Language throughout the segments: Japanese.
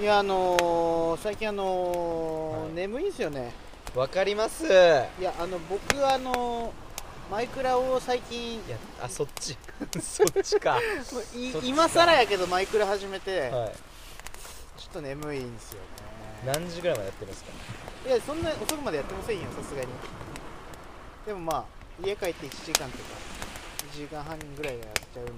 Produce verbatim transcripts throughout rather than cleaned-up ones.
やあのー、最近あのーはい眠いんですよね。 わかります。いいやあの僕あのーマイクラを最近や、あ、そっちそっちか。 いそっちか今更やけどマイクラ始めて、 はちょっと眠いんですよい。 ね。 何時ぐらいまでやってるんですか？ いやそんな遅くまでやってませんよ、さすがに。でもまあ家帰っていちじかんとかいちじかんはんぐらいはやっちゃうんで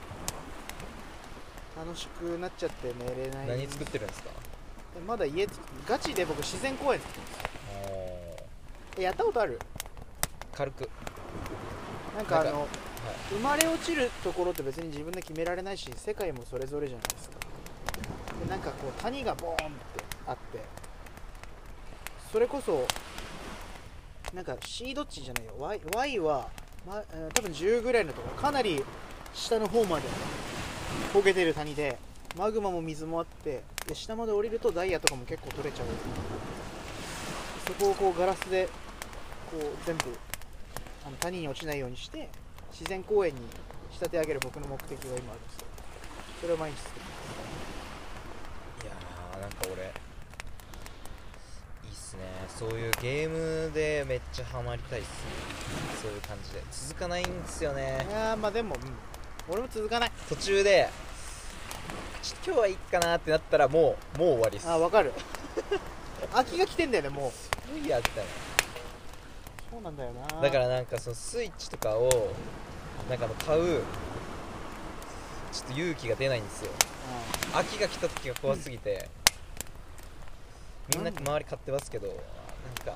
楽しくなっちゃって寝れない。 何作ってるんですか？ まだ家つガチで僕自然公園作ってます。えやったことある？ 軽く。 なんかあのなんかはい。 生まれ落ちるところって別に自分で決められないし、世界もそれぞれじゃないですか。でなんかこう谷がボーンってあって、それこそなんか C どっちじゃないよ、 Y, Y は、まえー多分じゅうぐらいのところ、かなり下の方まで焦げてる谷でマグマも水もあって、で下まで降りるとダイヤとかも結構取れちゃう。そこをこうガラスでこう全部あの谷に落ちないようにして自然公園に仕立て上げる僕の目的が今あるんですよ。それを毎日作っていやー、なんか俺いいっすね。そういうゲームでめっちゃハマりたいっすね。そういう感じで続かないんですよね。 ます。いやーまあでも、うん、俺も続かない。 途中でちょっと今日はいいかなってなったらもうもう終わりっす。 あーわかる秋が来てんだよねもう。 無理やみたいそうなんだよな。 な。だからなんかそのスイッチとかをなんかあの買うちょっと勇気が出ないんですよ。秋が来た時が怖すぎて、みんな周り買ってますけど、なんか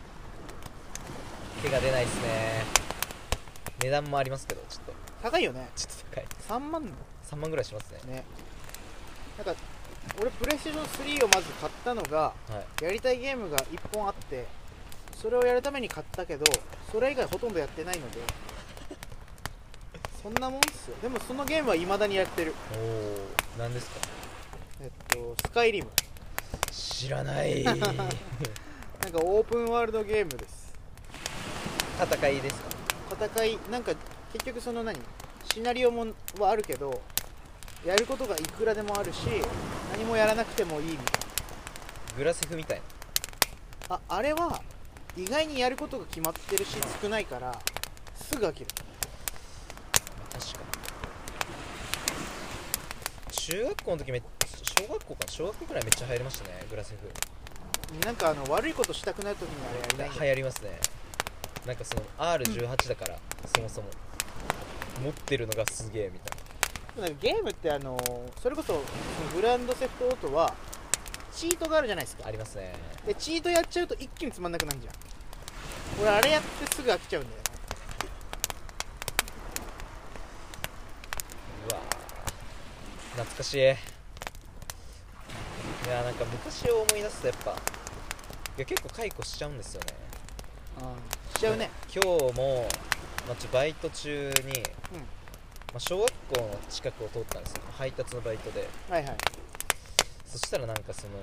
手が出ないですね。値段もありますけど、ちょっと高いよね。 ちょっと高い。 さんまんさんまんぐらいしますね。 ね。なんか俺プレイステーションスリーをまず買ったのが、 はい。 やりたいゲームがいっぽんあって、それをやるために買ったけどそれ以外ほとんどやってないのでそんなもんっすよ。でもそのゲームは未だにやってる。 おお、なんですか？ えっとスカイリム。 知らないなんかオープンワールドゲームです。 戦いですか？ 戦いなんか結局その何シナリオもはあるけど、やることがいくらでもあるし何もやらなくてもいいみたいグラセフみたいな。 な。ああれは意外にやることが決まってるし少ないからすぐ飽きる。 確かに中学校の時めっ小学校か小学校くらいめっちゃ流行りましたね、グラセフ。 なんかあの悪いことしたくなるときにあれやりないんだ流よ。 行りますね。なんかその アールじゅうはち だから、そもそも持ってるのがすげえみたいなんかゲームってあのそれこそグランドセフトオートはチートがあるじゃないですか。 なありますね。 でチートやっちゃうと一気につまんなくなるじゃん。俺あれやってすぐ飽きちゃうんだよね。 うわー懐かしい。いやーなんか昔を思い出すとやっぱいや結構解雇しちゃうんですよね。 うんしちゃうね。 今日も、まあ、ちょバイト中に、まあ、小学校の近くを通ったんですよ、配達のバイトで。 うんはいはいそしたらなんかその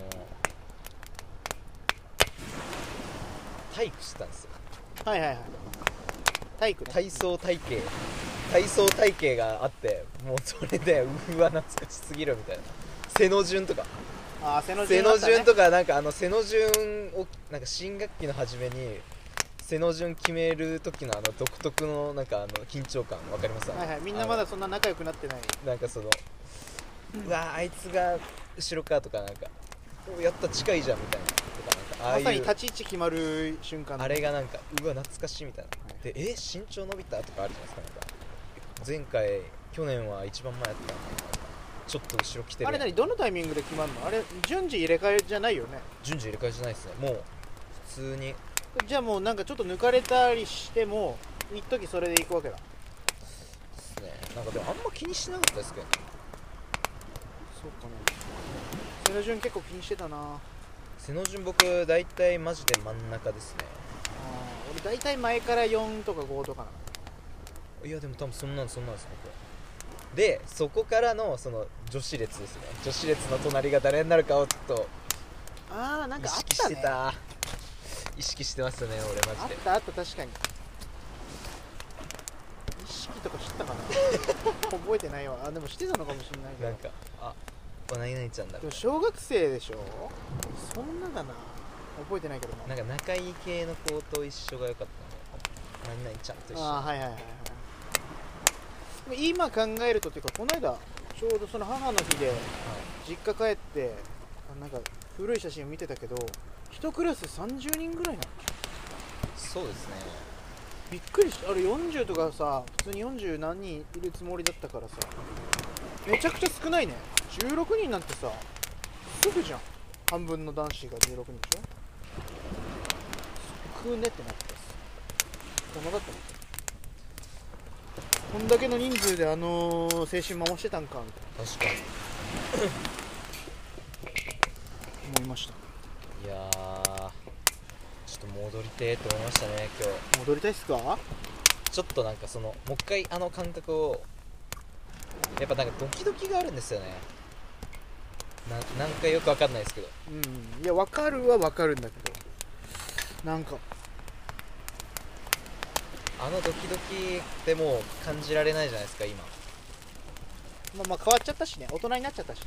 体育してたんですよ。 はいはいはい。体育ね。 体操体系体操体系があって、もうそれでうわ懐かしすぎるみたいな。背の順とかああ背の背の順あったね。 順とかなんかあの背の順をなんか新学期の初めに背の順決める時のあの独特のなんかあの緊張感わかります？ はいはい。みんなまだそんな仲良くなってない。 なんかそのうわあいつが後ろかとかなんかやった近いじゃんみたいなとかなんかああいうまさに立ち位置決まる瞬間。 あれがなんかうわ懐かしいみたいな、 はいでえ身長伸びたとかあるじゃないですか。なんか前回去年は一番前やったのにちょっと後ろ来てる。 あれ何どのタイミングで決まるの？あれ順次入れ替えじゃないよね。 順次入れ替えじゃないですね。もう普通にじゃあもうなんかちょっと抜かれたりしても一時それで行くわけだ。 ですね。なんかでもあんま気にしてなかったですけどね。 そうかな。背の順結構気にしてたな。あ背の順僕大体マジで真ん中ですね。 ー俺大体前からよんとかごとかな。 いやでも多分そんなんそんなんです僕は。でそこからのその女子列ですね。女子列の隣が誰になるかをちょっと意ああなんかあっ識たね。 してた。意識してますよね俺マジで。 あったあった確かに。意識とか知ったかな覚えてないわ。あでもしてたのかもしれないけど。 なんかあこ何々ちゃんだでも小学生でしょ、そんなだな、覚えてないけどな。 なんか仲いい系の子と一緒が良かったの何々ちゃんと一緒。 ああはいはいはいはい。でも今考えるとっていうか、この間ちょうどその母の日で実家帰ってあなんか古い写真を見てたけど、一クラスさんじゅうにんぐらいなの。 そうですね。 びっくりした。あれよんじゅうとかさ、普通によんじゅう何人いるつもりだったからさ、めちゃくちゃ少ないね。じゅうろくにんなんてさすぐじゃん。半分の男子がじゅうろくにんでしょ。少ねってなってさ、こんなだったの。こんだけの人数であのー、青春回してたんかみたい確かに。 な思いました。 いやーちょっと戻りてーと思いましたね今日。 戻りたいっすか。 ちょっとなんかそのもう一回あの感覚を、やっぱなんかドキドキがあるんですよね。ななんかよくわかんないですけど。 うん、いや分かるは分かるんだけど、なんかあのドキドキってもう感じられないじゃないですか今。 まあまあ変わっちゃったしね、大人になっちゃったしね。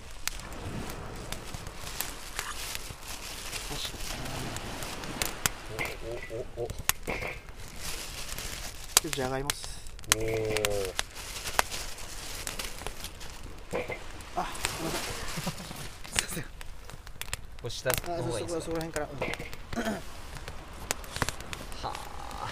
おおおおちょっとじゃがいますおーあ、すいませんすいません。 これ下あ、その方がいいんですか。 そこそこら辺から、うん、 はあ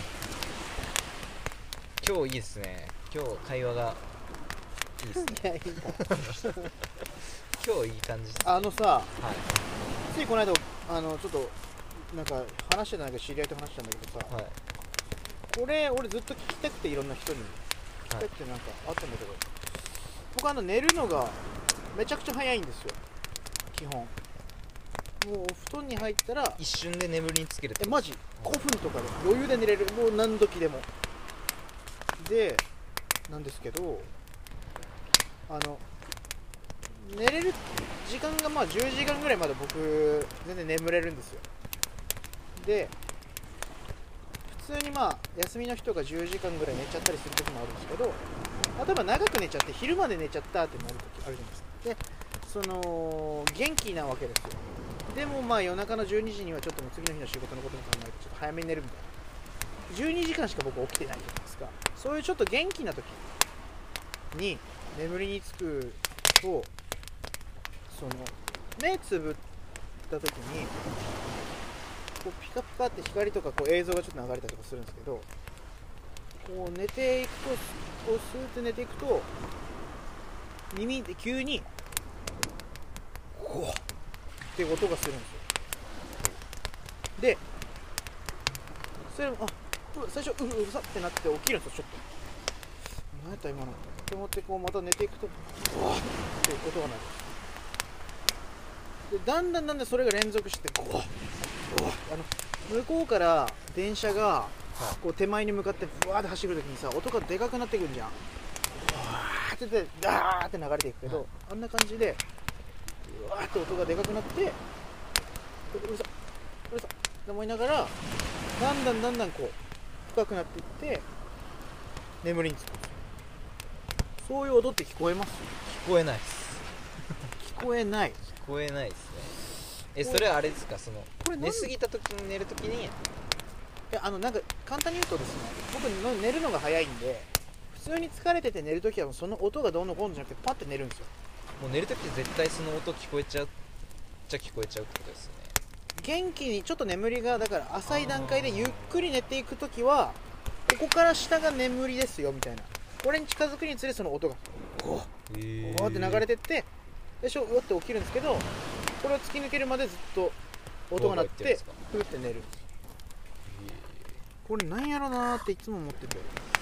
今日いいですね。今日会話がいいですね。 いやいいんだ今日いい感じですね。 あのさ、 はいついこの間あのちょっとなんか話してたんだけど、知り合いと話したんだけどさ、 はいこれ俺ずっと聞きたくて、いろんな人に聞きたくてなんかあったんだけど、僕あの寝るのがめちゃくちゃ早いんですよ基本。もうお布団に入ったら、 一瞬で眠りにつけるってえマジごふんとかで余裕で寝れる、もう何時でも。でなんですけど、あの寝れる時間がまあじゅうじかんぐらいまで僕全然眠れるんですよ。で普通にまあ休みの人がじゅうじかんぐらい寝ちゃったりする時もあるんですけど、例えば長く寝ちゃって昼まで寝ちゃったってなる時あるじゃないですか。でその元気なわけですよ。でもまあ夜中のじゅうにじにはちょっともう次の日の仕事のことも考えてちょっと早めに寝るみたいな。じゅうにじかんしか僕起きてないじゃないですか。そういうちょっと元気な時に眠りにつくと、その目つぶった時にこうピカピカって光とかこう映像がちょっと流れたりとかするんですけど、こう寝ていくと、こうスーッと寝ていくと耳で急にゴーって音がするんですよ。でそれもあ最初うるうるさってなって起きるんですよ。ちょっと何やった今のって思って、こうまた寝ていくとゴーって音が鳴る。でだんだんだんだんそれが連続してゴーゴー、あの向こうから電車がこう手前に向かってブワーって走るときにさ、音がでかくなってくるじゃん。わーってでダーって流れていくけど、あんな感じでうわーって音がでかくなって、うるさうるさって思いながら、だんだんだんだんこう深くなっていって眠りにつく。そういう音って聞こえます？ 聞こえないです聞こえない。 聞こえないですね。えそれはあれですか、そのこれなん寝すぎた時に寝る時に。 いやあのなんか簡単に言うとですね、僕の寝るのが早いんで、普通に疲れてて寝るときはその音がどうのこうのじゃなくてパッて寝るんですよ。 もう寝る時って絶対その音聞こえちゃうじゃ聞こえちゃうってことですよね。 元気にちょっと眠りがだから浅い段階でゆっくり寝ていくときは、ここから下が眠りですよみたいな、これに近づくにつれその音がゴーゴーって流れてってでしょ、うわって起きるんですけど、これを突き抜けるまでずっと音が鳴ってふーって寝るんです。これなんやろなーっていつも思ってて、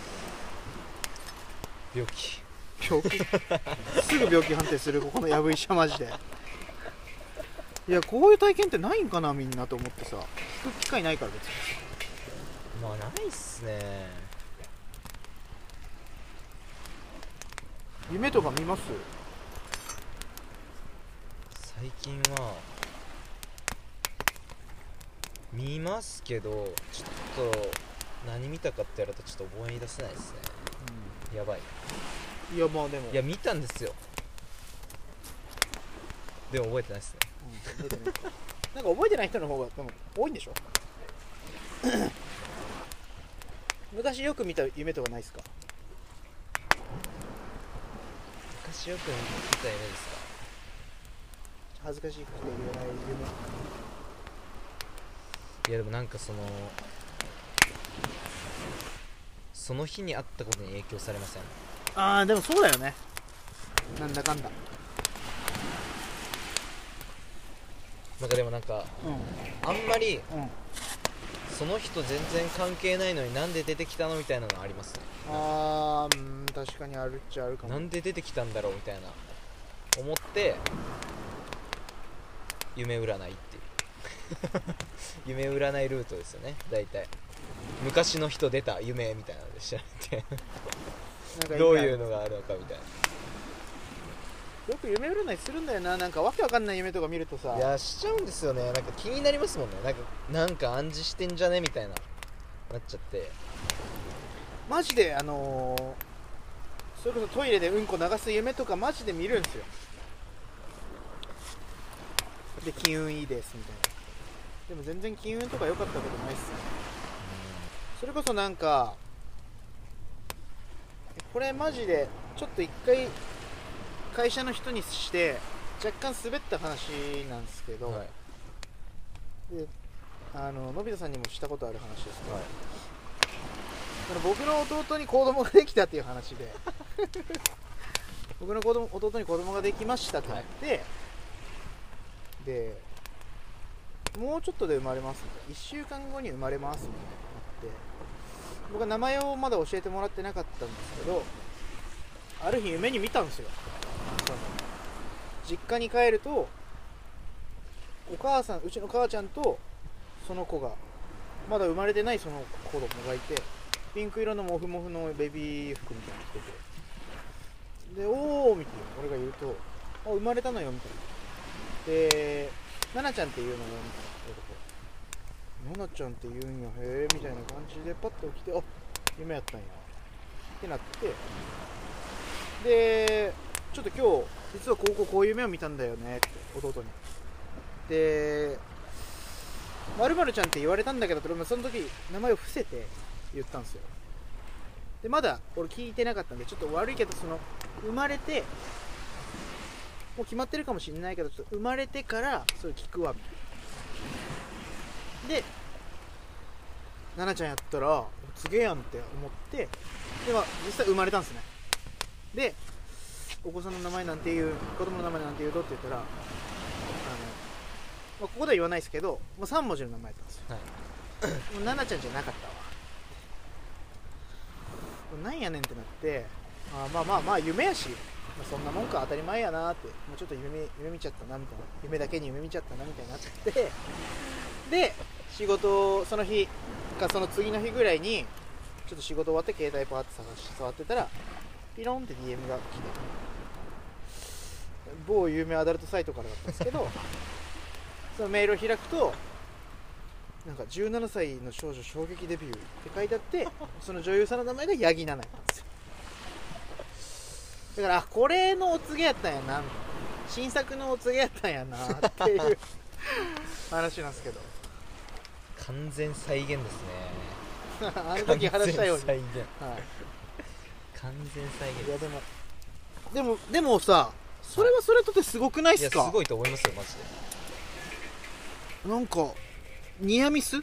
病気病気すぐ病気判定するここのやぶ医者マジで。いやこういう体験ってないんかなみんなと思ってさ、聞く機会ないから別に。 まあないっすね。 夢とか見ます？ 最近は見ますけど、ちょっと何見たかってやるとちょっと思い出せないですね。やばい。 いやまあでもいや見たんですよ。 でも覚えてないっすね。 うん、覚えてないなんか覚えてない人の方がでも多いんでしょ昔よく見た夢とかないっすか？ 昔よく見た夢ですか？ 恥ずかしくて言えないいやでもなんかそのその日にあったことに影響されません？ 夢。ああでもそうだよね、なんだかんだ。 なんかでもなんかうんあんまりうん。 その人全然関係ないのになんで出てきたのみたいなのあります？ ああ、うん、確かにあるっちゃあるかも。 なんで出てきたんだろうみたいな思って夢占いっていう夢占いルートですよね大体。昔の人出た夢みたいなので調べてなんかどういうのがあるのかみたいよく夢占いするんだよな。なんかわけわかんない夢とか見るとさ、 ないやしちゃうんですよね。なんか気になりますもんね。なんかなんか暗示してんじゃねみたいななっちゃって。 マジであのー、それこそトイレでうんこ流す夢とかマジで見るんですよ。で金運いいですみたいな。でも全然金運とか良かったことないっすね。それこそなんかこれマジでちょっと一回会社の人にして若干滑った話なんですけど、 はいであののび太さんにもしたことある話ですけど、 はいその僕の弟に子供ができたっていう話で僕の子供弟に子供ができましたって言って、でもうちょっとで生まれますみたいな、いっしゅうかんごに生まれますみたいになって、僕は名前をまだ教えてもらってなかったんですけど、ある日夢に見たんですよ。その実家に帰るとお母さん、うちの母ちゃんとその子がまだ生まれてないその子供がいて、ピンク色のモフモフのベビー服みたいなの着てて、でおーみたいな俺が言うと、あ生まれたのよみたいな、でナナちゃんっていうのよみたいな、ナナちゃんって言うんやへーみたいな感じでパッと起きて、あ夢やったんやってなって、でちょっと今日実はこうこうこういう夢を見たんだよねって弟に。で〇〇ちゃんって言われたんだけど、俺もその時名前を伏せて言ったんですよ。でまだ俺聞いてなかったんでちょっと悪いけど、その生まれてもう決まってるかもしれないけど、ちょっと生まれてからそれ聞くわみたいな。でナナちゃんやったらすげえやんって思って、でまあ実際生まれたんですね。でお子さんの名前なんていう、子供の名前なんていうとって言ったら、あの、まあ、ここでは言わないですけど、まあ、さん文字の名前だったんですよ。 はいもうナナちゃんじゃなかったわ。なんやねんってなって、あまあまあまあ夢やし、まあ、そんなもんか当たり前やなって、もうちょっと夢夢見ちゃったなみたいな、夢だけに夢見ちゃったなみたいになっちゃって、で仕事その日かその次の日ぐらいにちょっと仕事終わって携帯パーって探して触ってたら、ピロンって ディーエム が来て、某有名アダルトサイトからだったんですけどそのメールを開くと、なんかじゅうななさいの少女衝撃デビューって書いてあって、その女優さんの名前が八木奈々なんですよ。だからあこれのお告げやったんやなみたいな、新作のお告げやったんやなっていう話なんですけど完全再現ですねあの時話したように、 完全再現、 はい、 完全再現いやでもでもでもさ、それはそれとってすごくないっいやすか？ すごいと思いますよマジで。 なんかニアミス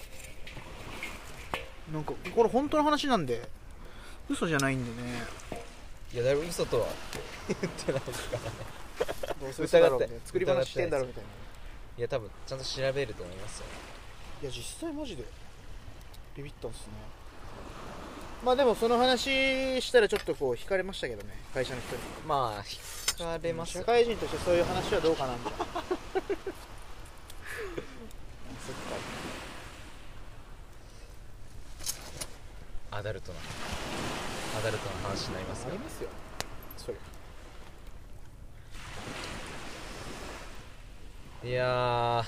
なんかこれ本当の話なんで嘘じゃないんでね。 いやだいぶ嘘とは言ってないですからねどうせ嘘だろうみたいな、 疑って作り話してんだろうみたいな。 いや多分ちゃんと調べると思いますよ。 いや実際マジでビビったんすね。まあでもその話したらちょっとこう惹かれましたけどね、会社の人に。 まあ惹かれますよ。 社会人としてそういう話はどうかなみたいなそっかアダルトなアダルトな話になりますよ。 ありますよそれ。 いやー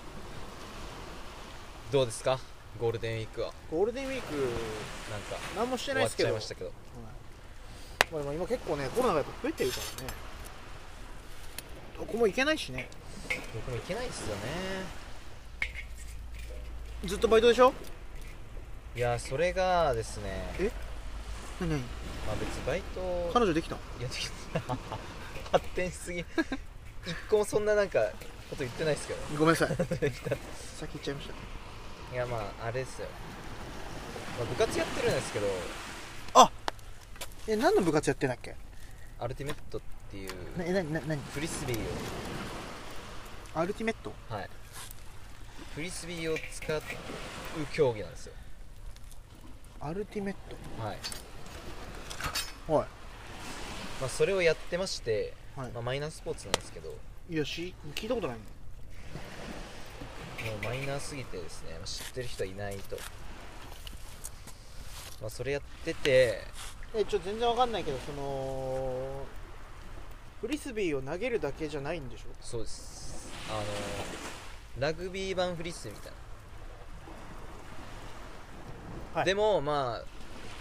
どうですかゴールデンウィークは。 ゴールデンウィークなんか何もして終わっないですけど、 ちゃいましたけど、 はい、まあ、でも今結構ねコロナがやっぱ増えてるからね。 どこも行けないしね。 どこも行けないっすよね。 ずっとバイトでしょ。 いやそれがですね、 え何何まあ別にバイト彼女できた。 いやでき発展しすぎ一個もそんななんかこと言ってないですけどごめんなさいできた先言っちゃいました。 いやまああれですよ、まあ、部活やってるんですけど、 え何の部活やってんだっけ。 アルティメットっていうななな何フリスビーアルティメット。 をはいフリスビーを使う競技なんですよ。 アルティメッはい、 ト。はいまあ、それをやってまして、 はいまあ、マイナースポーツなんですけど、もいやし聞いたことないもん。 うマイナーすぎてですね、まあ知ってる人はいないと、まあ、それやってて、 えちょっと全然わかんないけど、そのフリスビーを投げるだけじゃないんでしょ。 そうです、あのラグビー版フリスビーみたいな、 はいでもまあ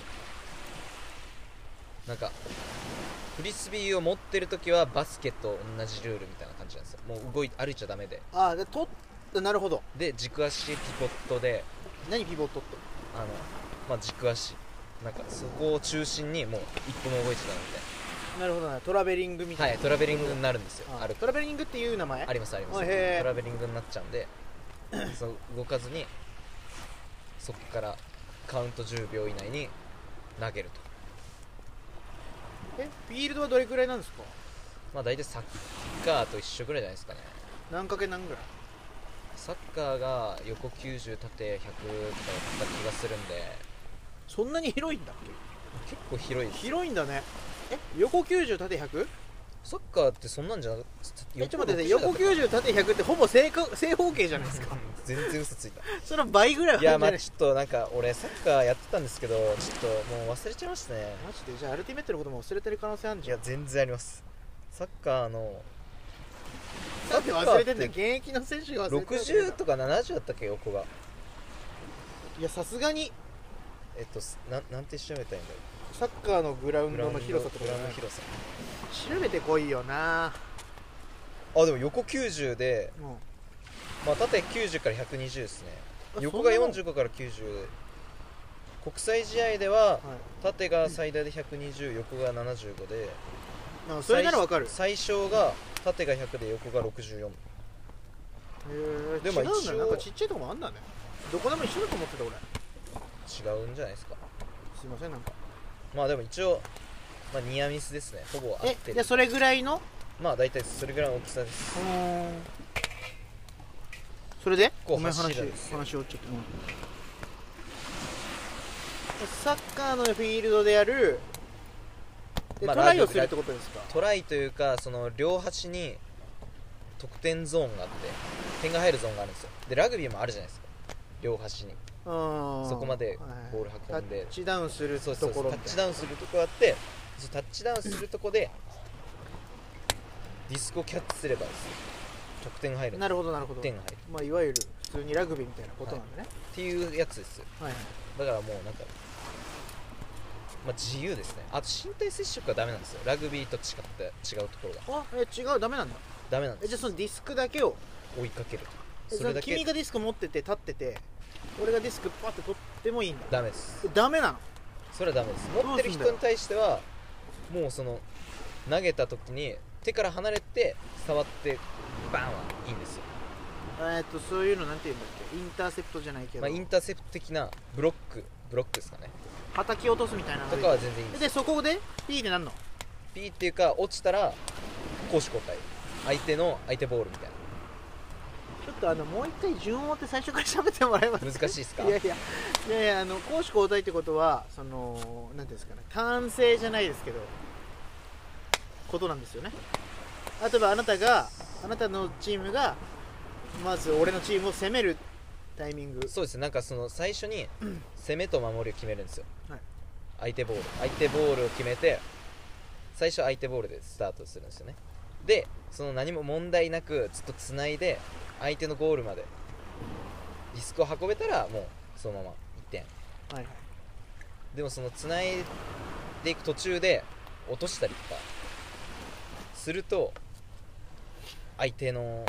なんかフリスビーを持ってるときはバスケと同じルールみたいな感じなんですよ。もう動い歩いちゃダメで、 ああでとなるほど。 で軸足ピボットで、 何ピボットって。 あのまあ軸足なんかそこを中心にもう一歩も動いちゃダメみたいなるほどな。トラベリングみな、 たいな。 はい、トラベリングになるんですよ。 ああるトラベリングっていう名前。 ありますあります。 あへートラベリングになっちゃうんでそう動かずにそこからカウントじゅうびょう以内に投げると。 えフィールドはどれくらいなんですか。 まあ大体サッカーと一緒ぐらいじゃないですかね。 何かけ何ぐらい。 サッカーが横きゅうじゅう縦ひゃくとかやった気がするんで、 そんなに広いんだっ結構広いけ。 です。 広いんだね。え横きゅうじゅう縦ひゃく。 サッカーってそんなんじゃなくえちょっと待ってね、横きゅうじゅう縦ひゃくってほぼ正方正方形じゃないですか全然嘘ついたそれは倍ぐらいはあいやるんじゃない。 まあちょっとなんか俺サッカーやってたんですけど、ちょっともう忘れちゃいましたね。 マジで。じゃあアルティメットのことも忘れてる可能性あるんいじゃん。 や全然あります。サッカーのだって忘れてんだよ。現役の選手が忘れてる。 ろくじゅうとかななじゅうだったっけ横が。 いやさすがにえっとすななんて調べたらいいんだろサッカーのグラウう。 ンドの広さとかグラウンドの広さ。 調べてこいよな。 あでも横きゅうじゅうで、 もまあ縦きゅうじゅうからひゃくにじゅうですね。 う横がよんじゅうごからきゅうじゅう。国際試合でははい縦が最大でひゃくにじゅう、横がななじゅうごで、 あそれならわかる。 最小が縦がひゃくで横がろくじゅうよん。 へえでも違うんだ。 一応なんかちっちゃいとこもあんだね。どこでも一緒だと思ってた俺。 違うんじゃないですか。 すいませんなんか。 まあでも一応、まあ、ニアミスですね。ほぼ合っえてる。 じゃあそれぐらいのまあ大体それぐらいの大きさです。 それで構ごめん話走るんですよ話をちょっと、うんサッカーのフィールドでやるで、 まあトライをするってことですか。 トライというか、その両端に得点ゾーンがあって、点が入るゾーンがあるんですよ。でラグビーもあるじゃないですか、両端に。 そそこまでボール運んでタッチダウンするそうとそうそうタッチころみたいな。 ダウンするとこあって、そうタッチダウンするとこでディスクをキャッチすればですね、得点が入るんです。 なるほどなるほど。 いってんが入るまあいわゆる普通にラグビーみたいなことなんだね。 っていうやつですよ。 はい、はいだからもうなんか、まあ、自由ですね。あと身体接触はダメなんですよ、ラグビーと違って違うところがあえ違うダメなんだ。 ダメなんです。 えじゃあそのディスクだけを追いかけるえそれだけその君がディスク持ってて立ってて俺がディスクパッて取ってもいいんだ。 ダメです。 えダメなの。 それはダメです。持ってる人に対してはもうその投げた時に手から離れて触ってバンはいいんですよ。 えっとそういうのなんて言うんだっけ、インターセプトじゃないけど、 まあ、インターセプト的なブロックブロックですかね叩き落とすみたいなのとかは全然いいんですでそこでピーってなんの。 ピーっていうか落ちたら攻守交代、相手の相手ボールみたいちょっとあのもう一回順を追って最初から喋ってもらえますな。難しいですか。 いやいやいやいやあの攻守交代ってことはそのなんていうんですかね、単性じゃないですけどことなんですよね。例えばあなたがあなたのチームがまず俺のチームを攻めるタイミング。 そうですね、なんかその最初に攻めと守りを決めるんですよ、 はい相手ボール相手ボールを決めて最初相手ボールでスタートするんですよね。でその何も問題なくずっとつないで相手のゴールまでディスクを運べたらもうそのままいってん。 はいはいでもそのつないでいく途中で落としたりとかすると相手の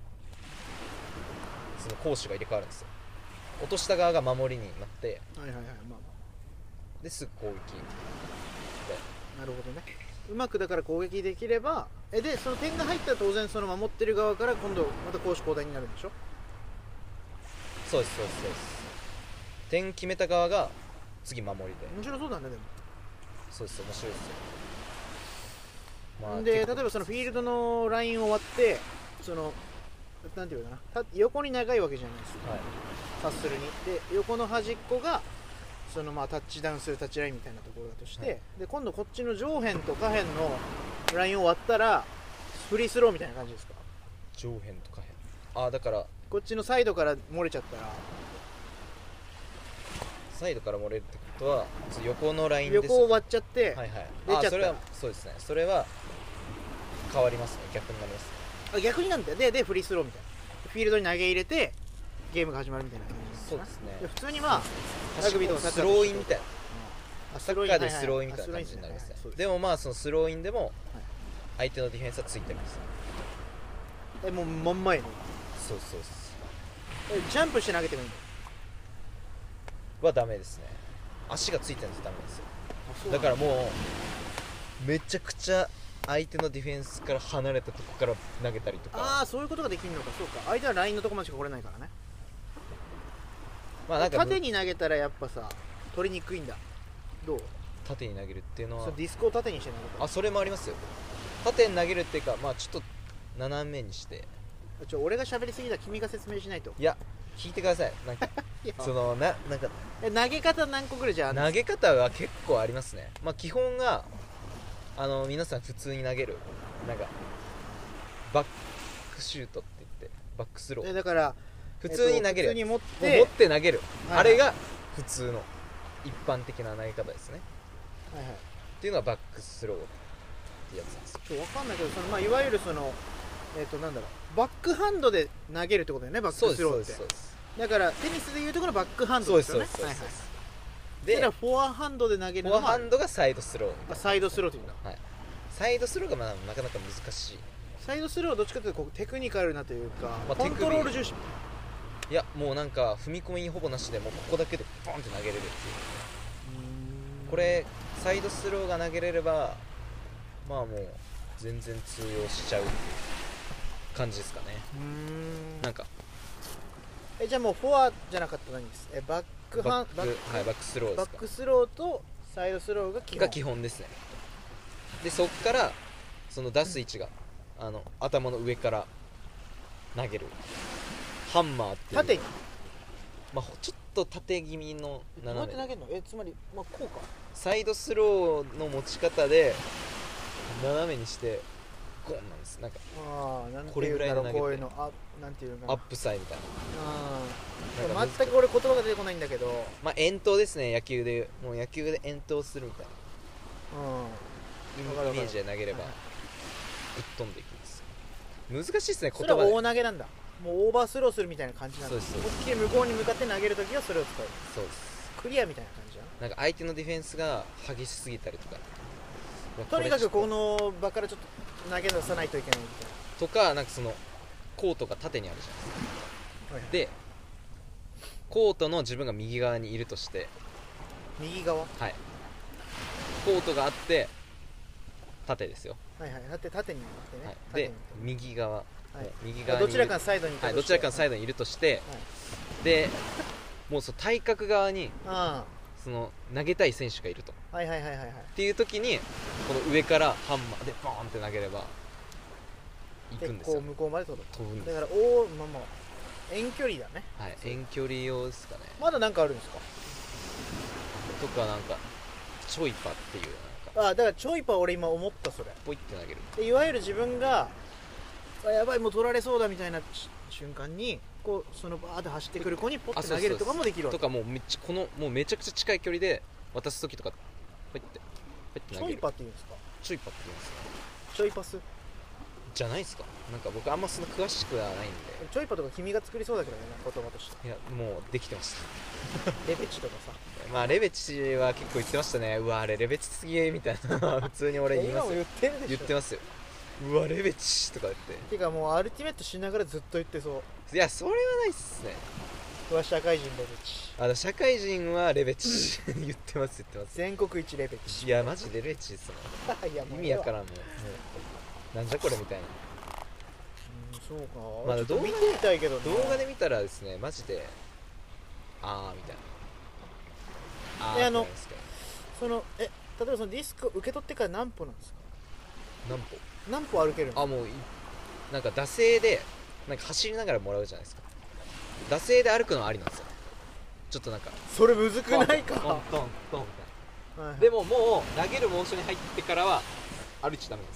その攻守が入れ替わるんですよ。落とした側が守りになって、 はいはいはい、まあまですぐ攻撃で、 あなるほどね。うまくだから攻撃できれば、えでその点が入ったら当然その守ってる側から今度また攻守交代になるんでしょ。 そうですそうですそうです。点決めた側が次守りで、 面白そうだね。でもそうです、面白いですよ。まあ、 で例え結構ばそのフィールドのラインを割ってそのなんていうかな、た横に長いわけじゃないですか、 はい、 察するに。で横の端っこがそのまあタッチダウンするタッチラインみたいなところだとして、 はい、 で今度こっちの上辺と下辺のラインを割ったらフリースローみたいな感じですか。 上辺と下辺、ああだからこっちのサイドから漏れちゃったらサイドから漏れるってことは横のラインですよ、 横を割っちゃって、 はいはい、 出ちゃったあそれはそうですね、それは変わりますね、逆になりますね。 あ逆になんだよ。ででフリースローみたいな、フィールドに投げ入れてゲームが始まるみたいな感じですか。 そうですね。 で普通にまあラグビーとかサッカースローインみたいな、 あサッカーでスローインみたいな感じになりますね。でもまあそのスローインでも相手のディフェンスはついてます。 えもう真ん前にそうそうですえジャンプして投げてもいいんだよ。 はダメですね。足がついてるんですダメですよ。 あそうなんだからもうめちゃくちゃ相手のディフェンスから離れたとこから投げたりとか、 ああそういうことができるのか。そうか、相手はラインのとこまでしか来れないからね。 まあなんか縦に投げたらやっぱさ取りにくいんだ。どう縦に投げるっていうのはそのディスクを縦にして投げたあそれもありますよ。縦に投げるっていうかまあちょっと斜めにして、 ちょ俺が喋りすぎだ。君が説明しないと。 いや聞いてください。なんかいやそのななんかえ投げ方何個ぐらいじゃあんの。 投げ方は結構ありますね。まあ基本があの皆さん普通に投げるなんかバックシュートって言ってバックスローえだから普通に投げる、 えっと普通に持っもうて持って投げる、 はいはいあれが普通の一般的な投げ方ですね。 はいはいっていうのはバックスローってやつなんですよ。 ちょわかんないけどその、まあ、いわゆるそのえっ、となんだろうバックハンドで投げるってことだよね。バックそうですそうスローってですそうですだからテニスでいうところのバックハンそうですドですよね。 そうですそうです、 はいはいででフォアハンドで投げるフォアのもハンドがサイドスローみたいなあサイドスローっていうんだ。 はい、サイドスローがまあなかなか難しい。 サイドスローはどっちかというとこうテクニカルなというか、 まあコントロール重視。 いやもうなんか踏み込みほぼなしでもうここだけでポンって投げれるっていう。これサイドスローが投げれればまあもう全然通用しちゃう感じですかね。 うーんなんかえじゃあもうフォアじゃなかったら何ですえバックハンバックはいバックスローですかバックスローとサイドスローが基本が基本ですね。でそっからその出す位置が、あの頭の上から投げるハンマーっていう縦にまあ、ちょっと縦気味のどうやって斜め投げるのえつまり、まあ、こうかサイドスローの持ち方で斜めにしてゴンなんです。なんかああなんてこれいうんだろうぐらいで投げてこういうのあなんていうのかなアップサイみたいな。 あなんか難しい全く俺言葉が出てこないんだけどまあ遠投ですね。野球でもう野球で遠投するみたいうんわかるわかるなイメージで投げればはいぶっ飛んでいくんですよ。難しいですねそれは言葉で。 大投げなんだ。もうオーバースローするみたいな感じなんだ。 そうですそうです思いっきり向こうに向かって投げるときはそれを使う。 そうです。 クリアみたいな感じじゃん。 なんか相手のディフェンスが激しすぎたりとかとにかくこのの場からちょっと投げ出さないといけないみたいとかなんかそのコートが縦にあるじゃないですか。 な、はいはい、 でコートの自分が右側にいるとして右側はいコートがあって縦ですよ。 はいはいだって縦に向かってね、 はい、 縦にで右側、 はい右側にいるどちらかのサイドにいたはい、 としてどちらかのサイドにいるとして、 はいでもうその対角側にあその投げたい選手がいるとっあはいはいはいはいはいていう時にこの上からハンマーでボーンって投げれば行くんですよ。 こう向こうまで届く飛ぶんですよ。 だからおまあまあ遠距離だね。 はい、遠距離用ですかね。 まだなんかあるんですか。 とかなんかチョイパっていうなんかああだからちょいパー俺今思ったそれポイって投げる。 でいわゆる自分があやばいもう取られそうだみたいなし瞬間にこうそのバーって走ってくる子にポッて投げるとかもできるわけ。 とかもうめっちゃこのもうめちゃくちゃ近い距離で渡す時とかポイってポイってちょい投げる。 パーって言うんですか。 チョイパって言うんですか。 ちょいパスじゃないですか。なんか僕あんまそんな詳しくはないんで。 ちょいパとか君が作りそうだけどね言葉としていやもうできてましたレベチとかさまあレベチは結構言ってましたね。うわあれレベチすぎみたいな普通に俺言いますよ。 今も言ってるでしょ。 言ってますよ。 うわレベチとか言っててかもうアルティメットしながらずっと言ってそう。 いやそれはないっすね。 うわ社会人レベチ、 あの社会人はレベチ言ってます言ってます全国一レベチ。 いやマジレベチっすもんいやもう意味やからんもんもうなんじゃこれみたいな。 うんそうか、 まあちょっと見動画てみたいけどね。 動画で見たらですねマジであーみたいなあーであのってなりますけどそのえ例えばそのディスクを受け取ってから何歩なんですか？ 何歩何歩歩けるの？ あもういなんか惰性でなんか走りながらもらうじゃないですか。惰性で歩くのはありなんですよ。ちょっとなんかそれむずくないか？ トントントントンみたいはいはいな。でももう投げるモーションに入ってからは歩いちゃダメです。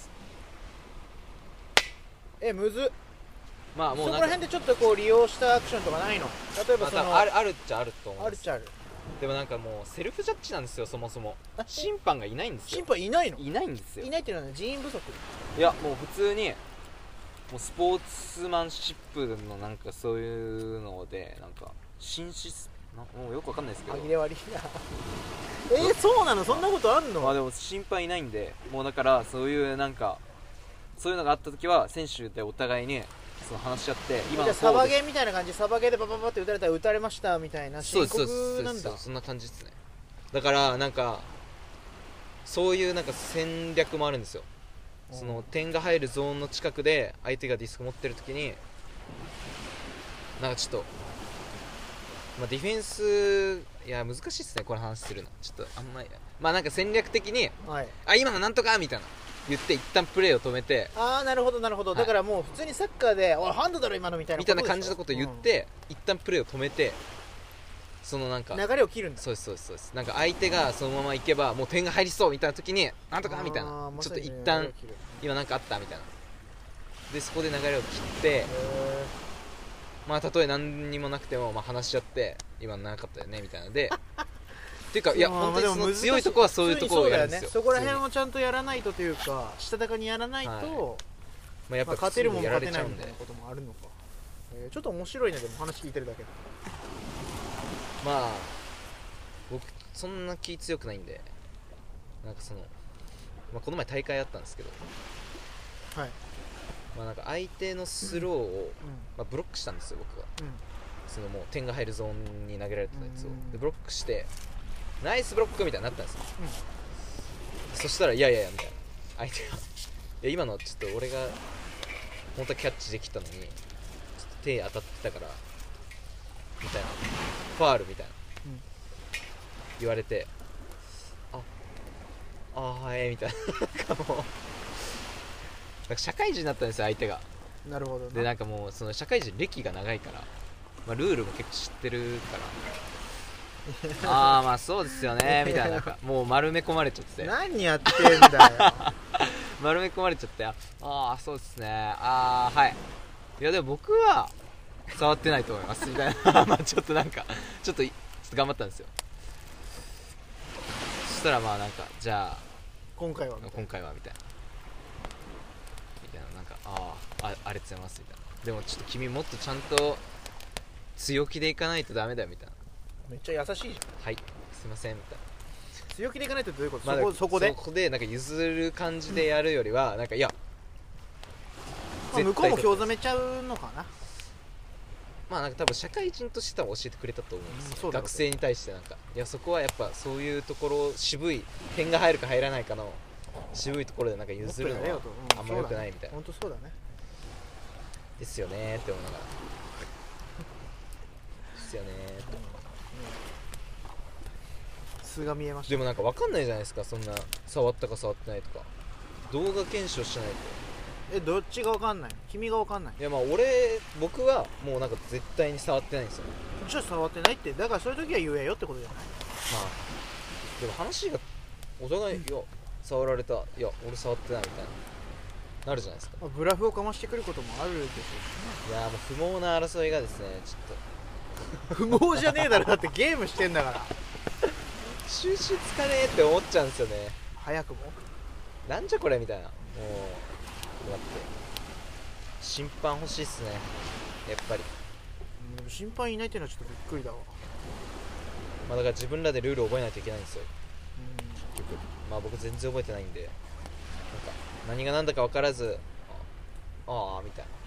えむずっ。 まあもそうこなんから辺でちょっとこう利用したアクションとかないの？例えばまその、 たあるあるっちゃあると思います。 あるっちゃある。 でもなんかもうセルフジャッジなんですよそもそも。審判がいないんですよ。 審判いないの？ いないんですよ。 いないっていうのは、ね、人員不足。 いやもう普通にもうスポーツマンシップのなんかそういうのでなんか紳士なもうよくわかんないですけど歯切れ悪いなえー、そうなの？そんなことあんの？ まあでも心配ないんでもうだからそういうなんかそういうのがあった時は選手でお互いにその話し合って今じゃあサのこうでバゲーみたいな感じ、サバゲーでバババって打たれたら打たれましたみたいなそう申ですそうです告なんだ。 そうですそんな感じですね。だからなんかそういうなんか戦略もあるんですよ。その点が入るゾーンの近くで相手がディスク持ってる時になんかちょっと、まあ、ディフェンスいや難しいですねこれ話するのちょっとあんまりまあなんか戦略的にはい、 あ今のなんとかみたいな言って一旦プレーを止めてああなるほどなるほど、 はいだからもう普通にサッカーでおいハンドだろ今のみたいなみたいな感じのことを言っ、て、一旦プレーを止めてそのなんかうん流れを切るんだ。 そうですそうですそうですなんか相手がそのまま行けばもう点が入りそうみたいな時になんとかみたいあなーまさにねちょっと一旦流れを切る今なんかあったみたいなでそこで流れを切ってへまあたとえ何にもなくてもまあ話し合って今なかったよねみたいなのでっていうかいやまあ本当にそのでも難しい強いとこはそういうところをやるんですよ。 普通にそうだよね、そこら辺普をちゃんとやらないとというかしたたかにやらないと、 はい通にまあやっぱまあ、勝てるもんや勝てないられちゃうんでみたいなこともあるのか、えーちょっと面白いねでも話聞いてるだけで。 まあ僕そんな気強くないんでなんかその、まあ、この前大会あったんですけどはい、 まあなんか相手のスローを、 うんまあ、ブロックしたんですよ僕は。 うんそのもう点が入るゾーンに投げられてたやつをうんでブロックしてナイスブロックみたいになったんですよ、そしたらいやいやいやみたいな相手がいや今のちょっと俺が本当はキャッチできたのにちょっと手当たってたからみたいなファールみたいな、 うん言われてああはいみたいななんかもうなんか社会人になったんですよ相手が。 なるほどな。 でなんかもうその社会人歴が長いから、まあ、ルールも結構知ってるからああまあそうですよねみたいな、なんかもう丸め込まれちゃって何やってんだよ丸め込まれちゃってああそうですねああはいいやでも僕は触ってないと思いますみたいなまあちょっとなんかちょっとちょっと頑張ったんですよ。そしたらまあなんかじゃあ今回はみたいな今回はみたいなみたいななんかあーあありがとうございますみたいなでもちょっと君もっとちゃんと強気でいかないとダメだよみたいなめっちゃ優しいじゃん。 はいすいませんみたい強気でいかないとどういうこと？ な、 そこそこでそこでなんか譲る感じでやるよりは、なんかいやまあ向こうも絶対興ざめちゃうのかな。 まあなんか多分社会人としては教えてくれたと思うんですよ、 うんそうだろう学生に対してなんかいやそこはやっぱそういうところ渋い点が入るか入らないかの渋いところでなんか譲るのはあんま良くないみたいな本当そうだね。 ですよねーって思いながらですよねーって素が見えました。 でもなんか分かんないじゃないですかそんな触ったか触ってないとか動画検証しないと。 えどっちがわかんないの？君がわかんない。 いやまあ俺僕はもうなんか絶対に触ってないんですよね。 じゃあ触ってないって、だからそういう時は言えよってことじゃない？ まあでも話がお互い、いや触られたいや俺触ってないみたいななるじゃないですか。 まあブラフをかましてくることもあるでしょいやもう不毛な争いがですねちょっうしね。不毛じゃねえだろ、だってゲームしてんだから。 と収集つかねえって思っちゃうんですよね。 早くもなんじゃこれみたいなもうだって審判欲しいっすねやっぱり。 うんでも審判いないっていうのはちょっとびっくりだわ。 まあだから自分らでルールを覚えないといけないんですようん結局。まあ僕全然覚えてないんでなんか何が何だか分からずああみたいな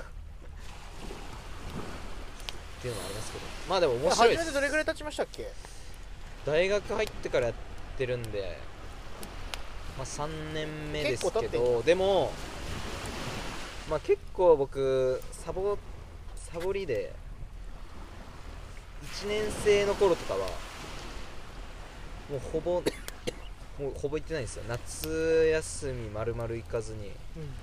っていうのもありますけど、まあでも面白いです。 始めてどれぐらい経ちましたっけ？ 大学入ってからやってるんで、まあ、さんねんめですけ結構経ってんじど、でも、まあ、結構僕サボサボりでいちねん生の頃とかはもうほぼもうほぼ行ってないんですよ。夏休み丸々行かずに、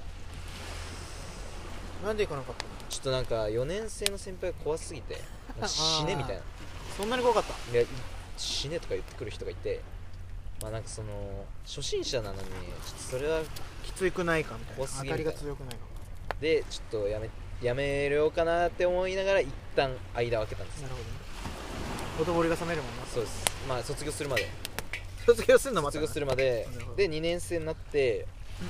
うん、なんで行かなかったの？ ちょっとなんかよねん生の先輩が怖すぎてもう死ねみたいなそんなに怖かった？ いや死ねとか言ってくる人がいて、まあなんかその初心者なのにちょっとそれはきつくないかみたいな、 怖す当たりぎるみたいなが強くないか。 でちょっとやめやめようかなって思いながら一旦間を空けたんですなるほどね。ほとぼりが冷めるもんな。 そうです。まあ卒業するまで卒業するのまた卒業するまでなるほどでにねん生になって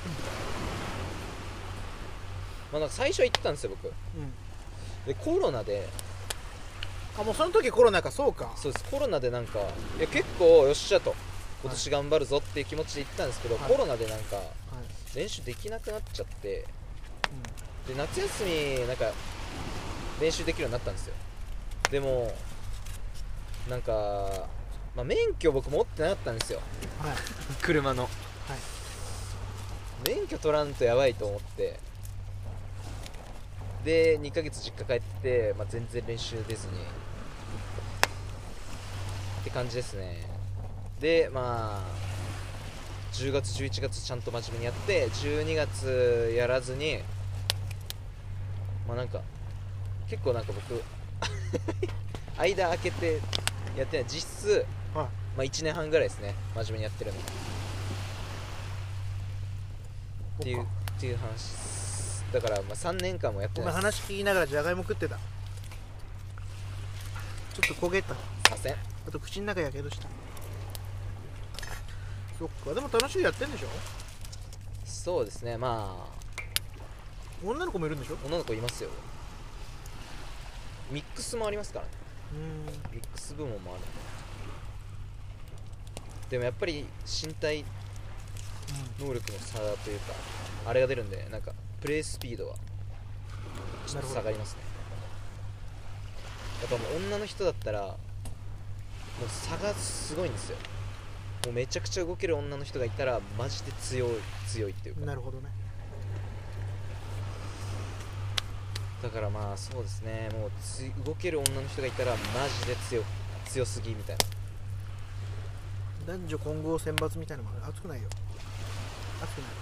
まあなんか最初は行ってたんですよ僕うんで。コロナであ、もうその時コロナか。そうか。 そうです。コロナでなんかいや結構よっしゃと今年頑張るぞっていう気持ちで行ってたんですけど、 はいコロナでなんかはい、 練習できなくなっちゃってうで夏休みなんか練習できるようになったんですよ。でもなんか、まあ、免許僕持ってなかったんですよん、はい車のはい免許取らんとやばいと思ってでにかげつ実家帰って、まあ、全然練習出ずにって感じですね。でまあじゅうがつじゅういちがつちゃんと真面目にやってじゅうにがつやらずにまあなんか結構なんか僕間空けてやってない実質、 はい、 まあ、いちねんはんぐらいですね真面目にやってるのっていうっていう話ですだからまあさんねんかんもやっておないです。 前話聞きながらじゃがいも食ってた。ちょっと焦げた。 させんあと口の中やけどした。そっか。でも楽しくやってんでしょ？ そうですね。まあ女の子もいるんでしょ？ 女の子いますよ。ミックスもありますからね。 うーん。 ミックス部門もある。でもやっぱり身体能力の差というかあれが出るんでなんかプレイスピードはちょっと下がりますね。やっぱもう女の人だったらもう差がすごいんですよ。もうめちゃくちゃ動ける女の人がいたらマジで強い強いっていうか。 なるほどね。 だからまあそうですね。もうつ動ける女の人がいたらマジで強強すぎみたいな。 男女混合選抜みたいなのもある。熱くないよ。熱くない。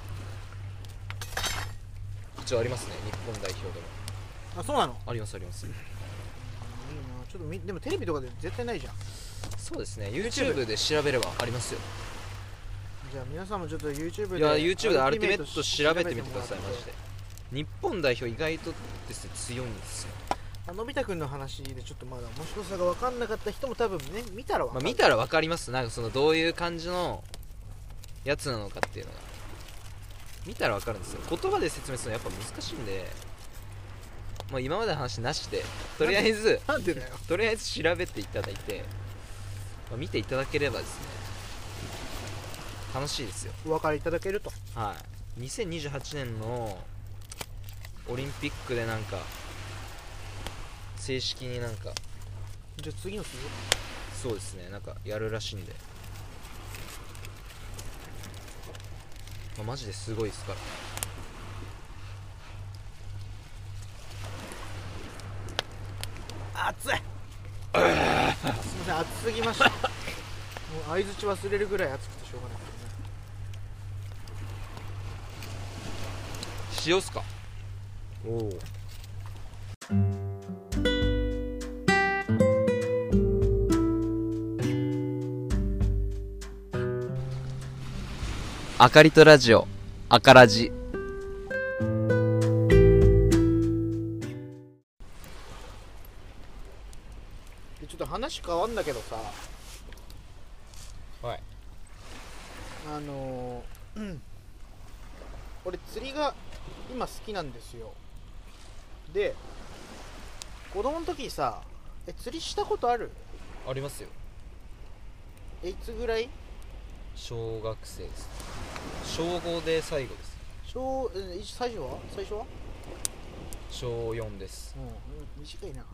一応ありますね。日本代表でもあ、そうなの？ ありますあります。 いいな。ちょっとみでもテレビとかで絶対ないじゃん。 そうですね。 YouTube で調べればありますよ。 じゃあ皆さんもちょっと YouTube でいや YouTube でアルティメット調べてみてください。マジで日本代表意外とですね強いんですよ。 あのび太くんの話でちょっとまだ面白さが分かんなかった人も多分ね見たら分かる、 まあ、見たら分かります。なんかそのどういう感じのやつなのかっていうのが見たら分かるんですよ。言葉で説明するのやっぱ難しいんで、まあ、今までの話なしでとりあえずなんでだよ。 とりあえず調べていただいて、まあ、見ていただければですね楽しいですよ。 お分かりいただけると。 はいにせんにじゅうはちねんのオリンピックでなんか正式になんかじゃあ次のする？ そうですねなんかやるらしいんで、まあ、マジですごいですから熱いすみません、熱すぎましたもう相づち忘れるぐらい熱くてしょうがないけ塩っすか。おおあかりとラジオあからじ。 どね。でちょっと話変わんだけどさ、 はいあのーうん、俺釣りが今好きなんですよ。で子供の時さ、え釣りしたことある？ ありますよ。 えいつぐらい？ 小学生です。小ごで最後です。 小え一最初は最初はしょうよんです。 うん短い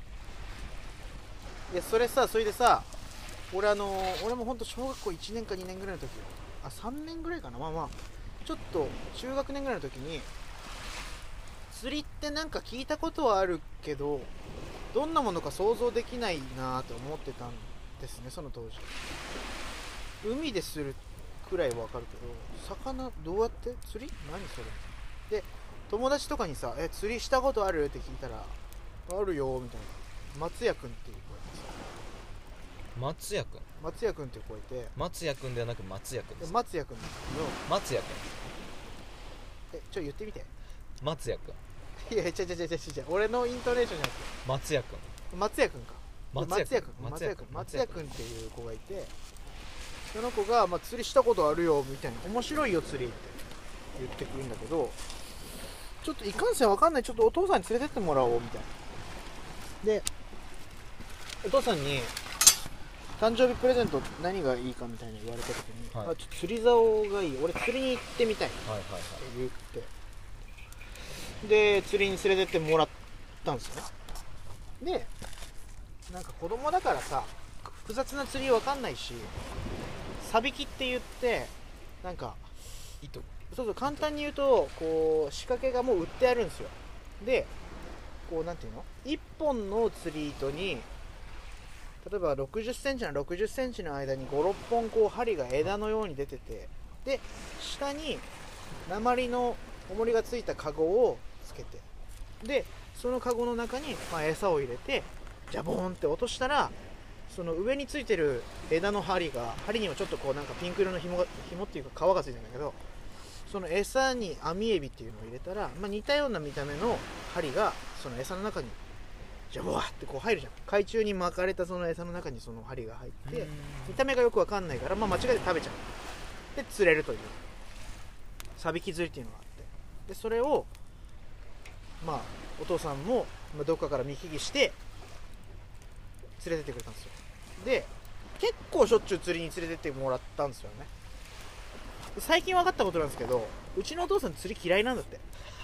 ないやそれさそれでさ俺あの俺もほんと小学校いちねんかにねんぐらいの時よあさんねんぐらいかなまあまあちょっと中学年ぐらいの時に釣りってなんか聞いたことはあるけどどんなものか想像できないなって思ってたんですねその当時海でするくらいわかるけど魚どうやって釣り何それで友達とかにさえ釣りしたことあるって聞いたらあるよみたいな松屋くんっていう子がいてさ松屋くん松屋くんっていう子がいて松屋くんではなく松屋くんです。 松屋くんなんだ松屋くんけどえちょ言ってみて松屋くんいや違う違う違う違う違う俺のイントネーションじゃなくて松屋くん松屋くんか松松屋くん松屋くん松屋くんっていう子がいてその子が、まあ、釣りしたことあるよみたいな面白いよ釣りって言ってくるんだけどちょっといかんせんわかんないちょっとお父さんに連れてってもらおうみたいなでお父さんに誕生日プレゼント何がいいかみたいに言われた時に、 はいあちょっと釣り竿がいい俺釣りに行ってみたいってはいはいはい言ってで釣りに連れてってもらったんですよねでなんか子供だからさ複雑な釣りわかんないしサビキって言ってなんか糸そうそう簡単に言うとこう仕掛けがもう売ってあるんですよでこうなんていうのいっぽんの釣り糸に例えばろくじゅっセンチならろくじゅっセンチの間にご、ろっぽんこう針が枝のように出ててで下に鉛の重りがついたカゴをつけてでそのカゴの中に、まあ、餌を入れてジャボーンって落としたらその上についてる枝の針が針にはちょっとこうなんかピンク色の紐が紐っていうか皮がついてるんだけどその餌に網エビっていうのを入れたら、まあ、似たような見た目の針がその餌の中にジャボーってこう入るじゃん海中に巻かれたその餌の中にその針が入って見た目がよくわかんないから、まあ、間違えて食べちゃうで釣れるというサビキ釣りっていうのがあってでそれをまあお父さんもまあどっかから見聞きして連れてってくれたんですよで結構しょっちゅう釣りに連れてってもらったんですよね最近分かったことなんですけどうちのお父さん釣り嫌いなんだって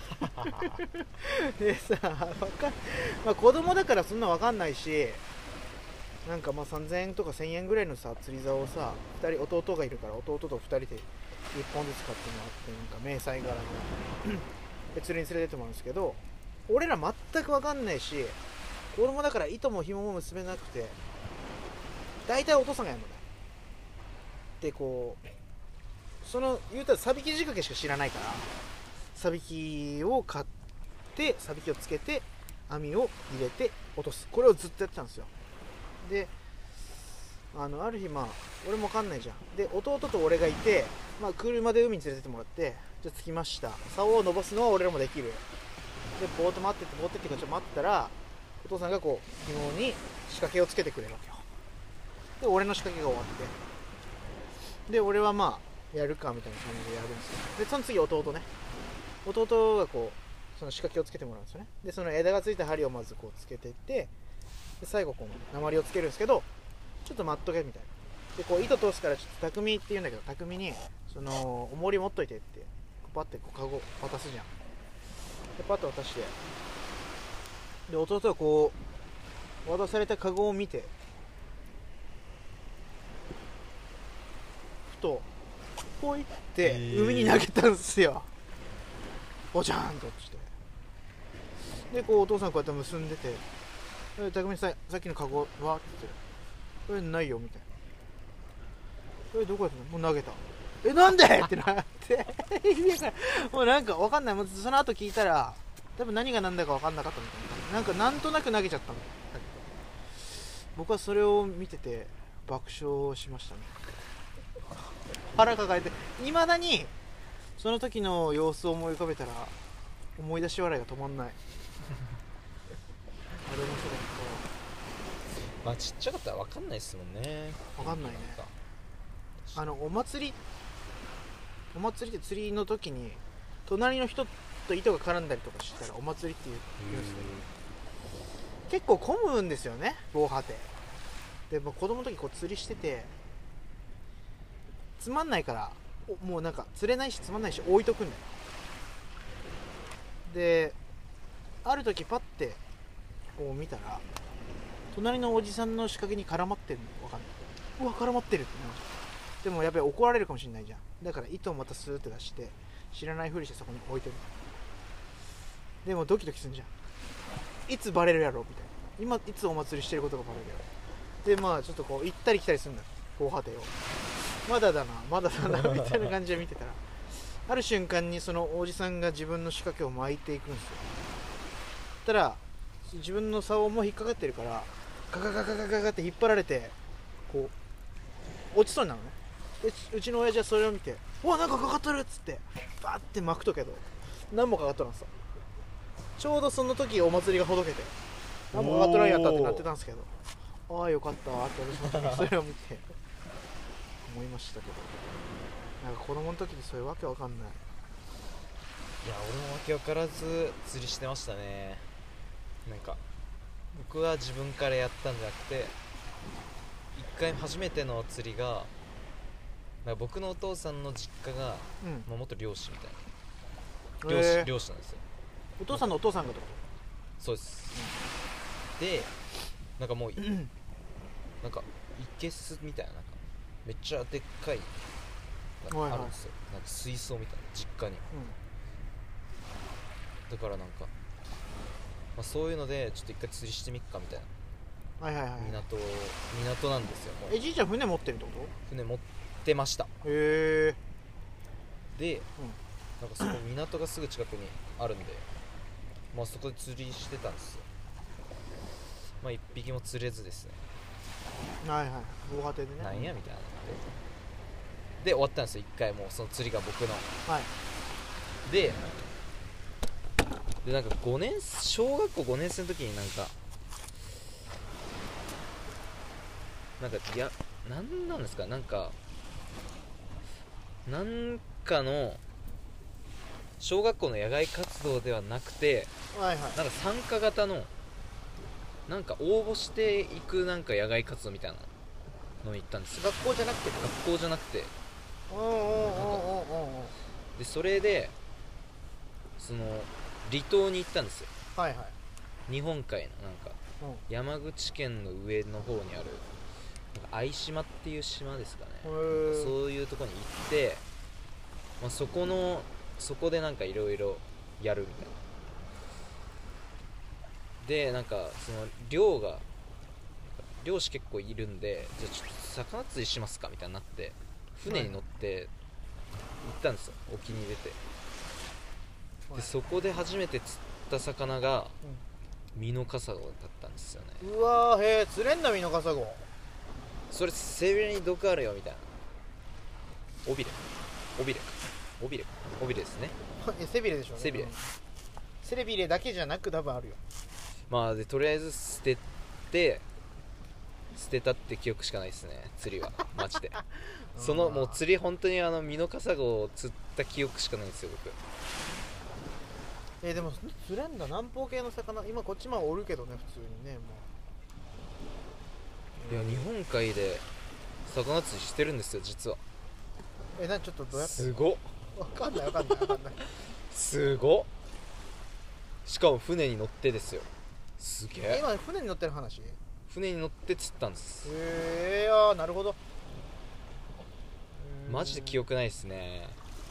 でさわかん、まあ、子供だからそんな分かんないしなんかまあさんぜんえんとかせんえんぐらいのさ釣り竿をさふたり弟がいるから弟とふたりでいっぽんずつ買ってもらってなんか迷彩柄ので釣りに連れてってもらうんですけど俺ら全く分かんないし子供だから糸も紐も結べなくて大体お父さんがやるのねでこうその言うたらサビキ仕掛けしか知らないからサビキを買ってサビキをつけて網を入れて落とすこれをずっとやってたんですよであのある日まあ俺も分かんないじゃんで弟と俺がいて、まあ、車で海に連れてってもらってじゃあ着きました竿を伸ばすのは俺らもできるでぼーっと待っててぼーってっていうかちょっと待ったらお父さんがこう紐に仕掛けをつけてくれるわけよで俺の仕掛けが終わってで俺はまあやるかみたいな感じでやるんですよでその次弟ね弟がこうその仕掛けをつけてもらうんですよねでその枝がついた針をまずこうつけていってで最後この鉛をつけるんですけどちょっと待っとけみたいなでこう糸通すからちょっと匠って言うんだけど匠にその重り持っといてってパッてこうカゴ渡すじゃんでパッと渡してで弟はこう渡されたカゴを見てふとポイって海に投げたんですよボチャーンと落ちてでこうお父さんこうやって結んでて「匠さんさっきのカゴは?」って言って「これないよ」みたいな「これどこやったの?」もう投げた「えなんで?」ってなってもうなんか分かんないもうその後聞いたら多分何が何だか分かんなかったみたいななんかなんとなく投げちゃったんだけど僕はそれを見てて爆笑しましたね腹抱えていまだにその時の様子を思い浮かべたら思い出し笑いが止まんないあれ面白かっまあちっちゃかったら分かんないっすもんねた分かんないねなんかあのお祭りお祭りって釣りの時に隣の人と糸が絡んだりとかしたらお祭りっていう言うんですけど結構混むんですよね防波堤でも子供の時こう釣りしててつまんないからもうなんか釣れないしつまんないし置いとくんだよである時パッてこう見たら隣のおじさんの仕掛けに絡まってるの分かんない。うわ絡まってるってなるじゃん。でもやべえ怒られるかもしれないじゃん。だから糸をまたスーって出して知らないふりしてそこに置いてる。でもドキドキするじゃん。いつバレるやろみたいな。今いつお祭りしてることがバレるやろ。でまあちょっとこう行ったり来たりするんだ防波堤を。まだだなまだだなみたいな感じで見てたらある瞬間にそのおじさんが自分の仕掛けを巻いていくんですよ。たら自分の竿も引っかかってるからガガガガガガガって引っ張られてこう落ちそうになるのね。でうちの親父はそれを見て「うわなんかかかっとる!」っつってバーって巻くとけど何もかかっとらんさ。ちょうどその時お祭りがほどけて何もかかっとらんやったってなってたんですけど、ああよかったって私もそれを見て思いましたけど、なんか子供の時にそういうわけわかんない。 いや俺もわけわからず釣りしてましたね。なんか僕は自分からやったんじゃなくて一回初めての釣りがなんか僕のお父さんの実家が、 うんまあ、元漁師みたいな漁師、 へー漁師なんですよ。 お父さんのお父さんがってこそうです、でなんかもういと、うん、 なんかいけすみたいな、なんかめっちゃでっかいなんはいはいかあるんですよ、なんか水槽みたいな実家に。だからなんか、まあ、そういうのでちょっと一回釣りしてみっかみたいなはいはいはい。 港港なんですよ。もうえじいちゃん船持ってるってこ船持ってました。 と？へえ。 で、なんかそこ港がすぐ近くにあるんで、まあそこで釣りしてたんですよ。まあ一匹も釣れずですね、 はいはい。防波堤でね。 なんやみたいなってで終わったんですよ、一回もうその釣りが僕の。 はい。 ででなんかごねん小学校ごねん生の時になんかなんかいやなんなんですか、なんかなんかの小学校の野外活動ではなくて、 はいはい。 なんか参加型のなんか応募していくなんか野外活動みたいなのに行ったんですよ。 学校じゃなくて。 学校じゃなくて、 おうんうんうんうんうんうん。 でそれでその離島に行ったんですよ。 はいはい。 日本海のなんかうん。 山口県の上の方にあるなんか相島っていう島ですかね、 へーなんかそういうとこに行って、まあ、そこのそこでなんかいろいろやるみたいな。でなんかその漁が漁師結構いるんで、じゃあちょっと魚釣りしますかみたいになって船に乗って行ったんですよ、沖に出て。でそこで初めて釣った魚がミノカサゴだったんですよね。 うわーへえ釣れんなミノカサゴ。 それ背びれに毒あるよみたいな。尾びれ尾びれか尾びれか尾びれですね。 え背びれでしょうね。 背びれうん背びれだけじゃなく多分あるよ。 まあでとりあえず捨てて捨てたって記憶しかないですね、釣りはマジでそのもう釣り本当にあのミノカサゴを釣った記憶しかないんですよ僕。 えーでも釣れんだ南方系の魚今こっちまあおるけどね普通にねもう。 いや日本海で魚釣りしてるんですよ実は。 えなちょっとどうやってすごっわかんないわかんないわかんないすごっしかも船に乗ってですよ。すげえ。 今船に乗ってる話。へ船に乗って釣ったんです。 えー、あーなるほど。 マジで記憶ないですね。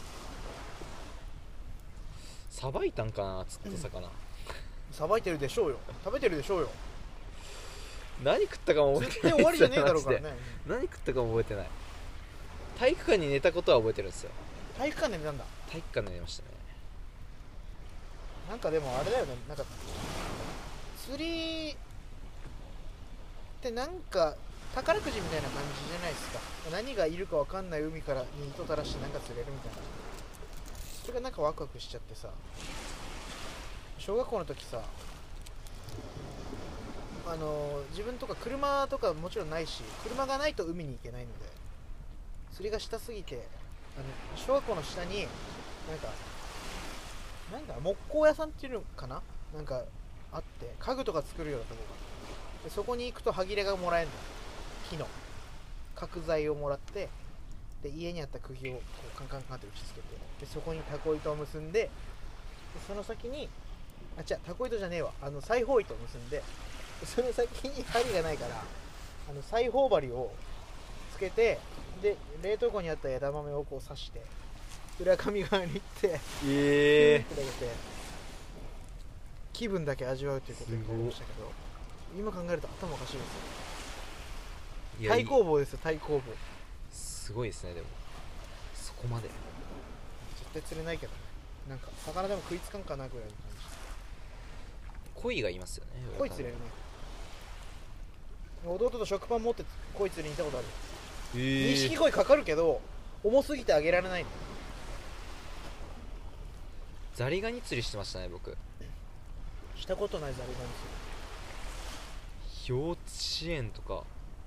さばいたんかな釣った魚、 さばいてるでしょうよ食べてるでしょうよ。 何食ったかも覚え釣っててない終わりじゃねえだろうからマジね。 で何食ったかも覚えてない。体育館に寝たことは覚えてるんですよ。 体育館で見たんだ。 体育館で寝ましたね。 なんかでもあれだよねなんか釣りってなんか宝くじみたいな感じじゃないですか。何がいるかわかんない海からに糸垂らしてなんか釣れるみたいな。それがなんかワクワクしちゃってさ、小学校の時さあの自分とか車とかもちろんないし車がないと海に行けないので釣りがしたすぎてあの小学校の下になんかなんか木工屋さんっていうのかななんかあって家具とか作るようなとこがでそこに行くと歯切れがもらえるの。木の角材をもらってで家にあった釘をこうカンカンカンって打ち付けてでそこにタコ糸を結んでその先にあ違うタコ糸じゃねえわあの裁縫糸を結んでその先に針がないからあの裁縫針をつけてで冷凍庫にあった枝豆をこう刺して裏上側に行ってえピューって投げて気分だけ味わうということになりましたけど今考えると頭おかしいですよえ太工房ですよ太工房すごいですね。でもそこまで絶対釣れないけどねなんか魚でも食いつかんかなぐらいの感鯉がいますよね。 じ鯉釣れるね弟と食パン持って鯉釣りに行ったことあるええ錦鯉かかるけど重すぎてあげられないのザリガニ釣りしてましたね僕。 したことないザリガニ幼稚園とか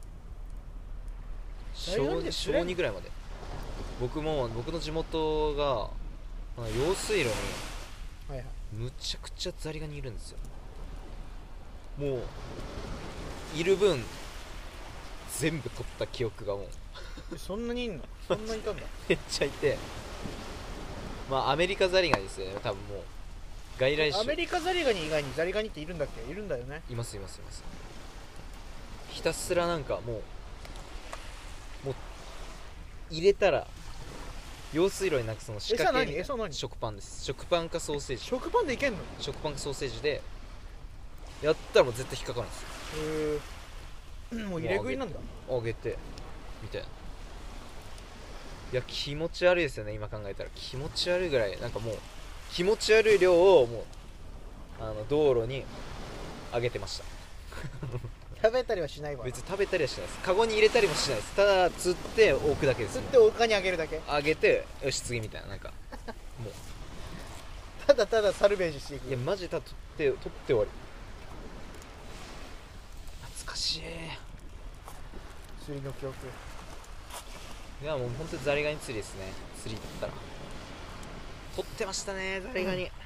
ザリガニって釣れんの小にぐらいまで。僕も僕の地元がまあ用水路にはいはいむちゃくちゃザリガニいるんですよ。もういる分全部取った記憶がもうえそんなにいんのそんなにいたんだめっちゃいて、まあアメリカザリガニですよね多分。もう外来種アメリカザリガニ以外にザリガニっているんだっけいるんだよねいますいますいます。ひたすらなんかもうもう入れたら用水路になんかその仕掛けみたいな餌何餌何食パンです。食パンかソーセージ。 食パンでいけんのへ食パンかソーセージでやったらもう絶対引っかかるんですよ。 えもう入れ食いなんだあげてみたいな。いや気持ち悪いですよね今考えたら。気持ち悪いぐらいなんかもう気持ち悪い量をもうあの道路にあげてました。 食べたりはしないわ別に食べたりはしないです。カゴに入れたりもしないです。ただ釣って置くだけです。 釣って丘にあげるだけあげてよし次みたいな。なんかもただただサルベージしていうくいやマジで取って取って終わり。懐かしい。 釣りの記憶いやもう本当にザリガニ釣りですね。釣りだったら取ってましたねザリガニ、うん、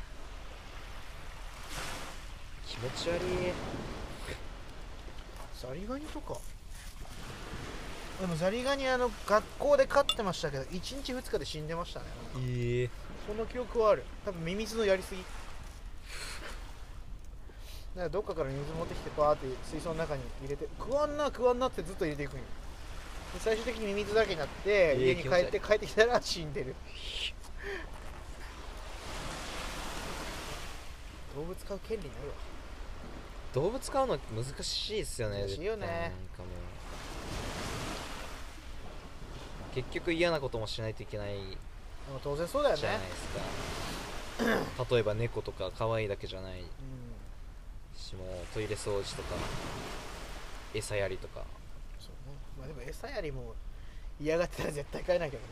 気持ち悪い。 ザリガニとかでもザリガニあの学校で飼ってましたけどいちにちふつかで死んでましたね。 ええその記憶はある。多分ミミズのやりすぎなんかどっかから水持ってきてパーって水槽の中に入れて食わんな食わんなってずっと入れていくんよ。で最終的にミミズだけになって、 えー家に帰って帰ってきたら死んでる動物飼う権利ないわ。 動物飼うの難しいですよね。 難しいよね絶対なんかもう結局嫌なこともしないといけないでも当然そうだよねじゃないですか例えば猫とか可愛いだけじゃないうんし、もうトイレ掃除とか餌やりとか。 そうね。まあでも餌やりも嫌がってたら絶対飼えないけど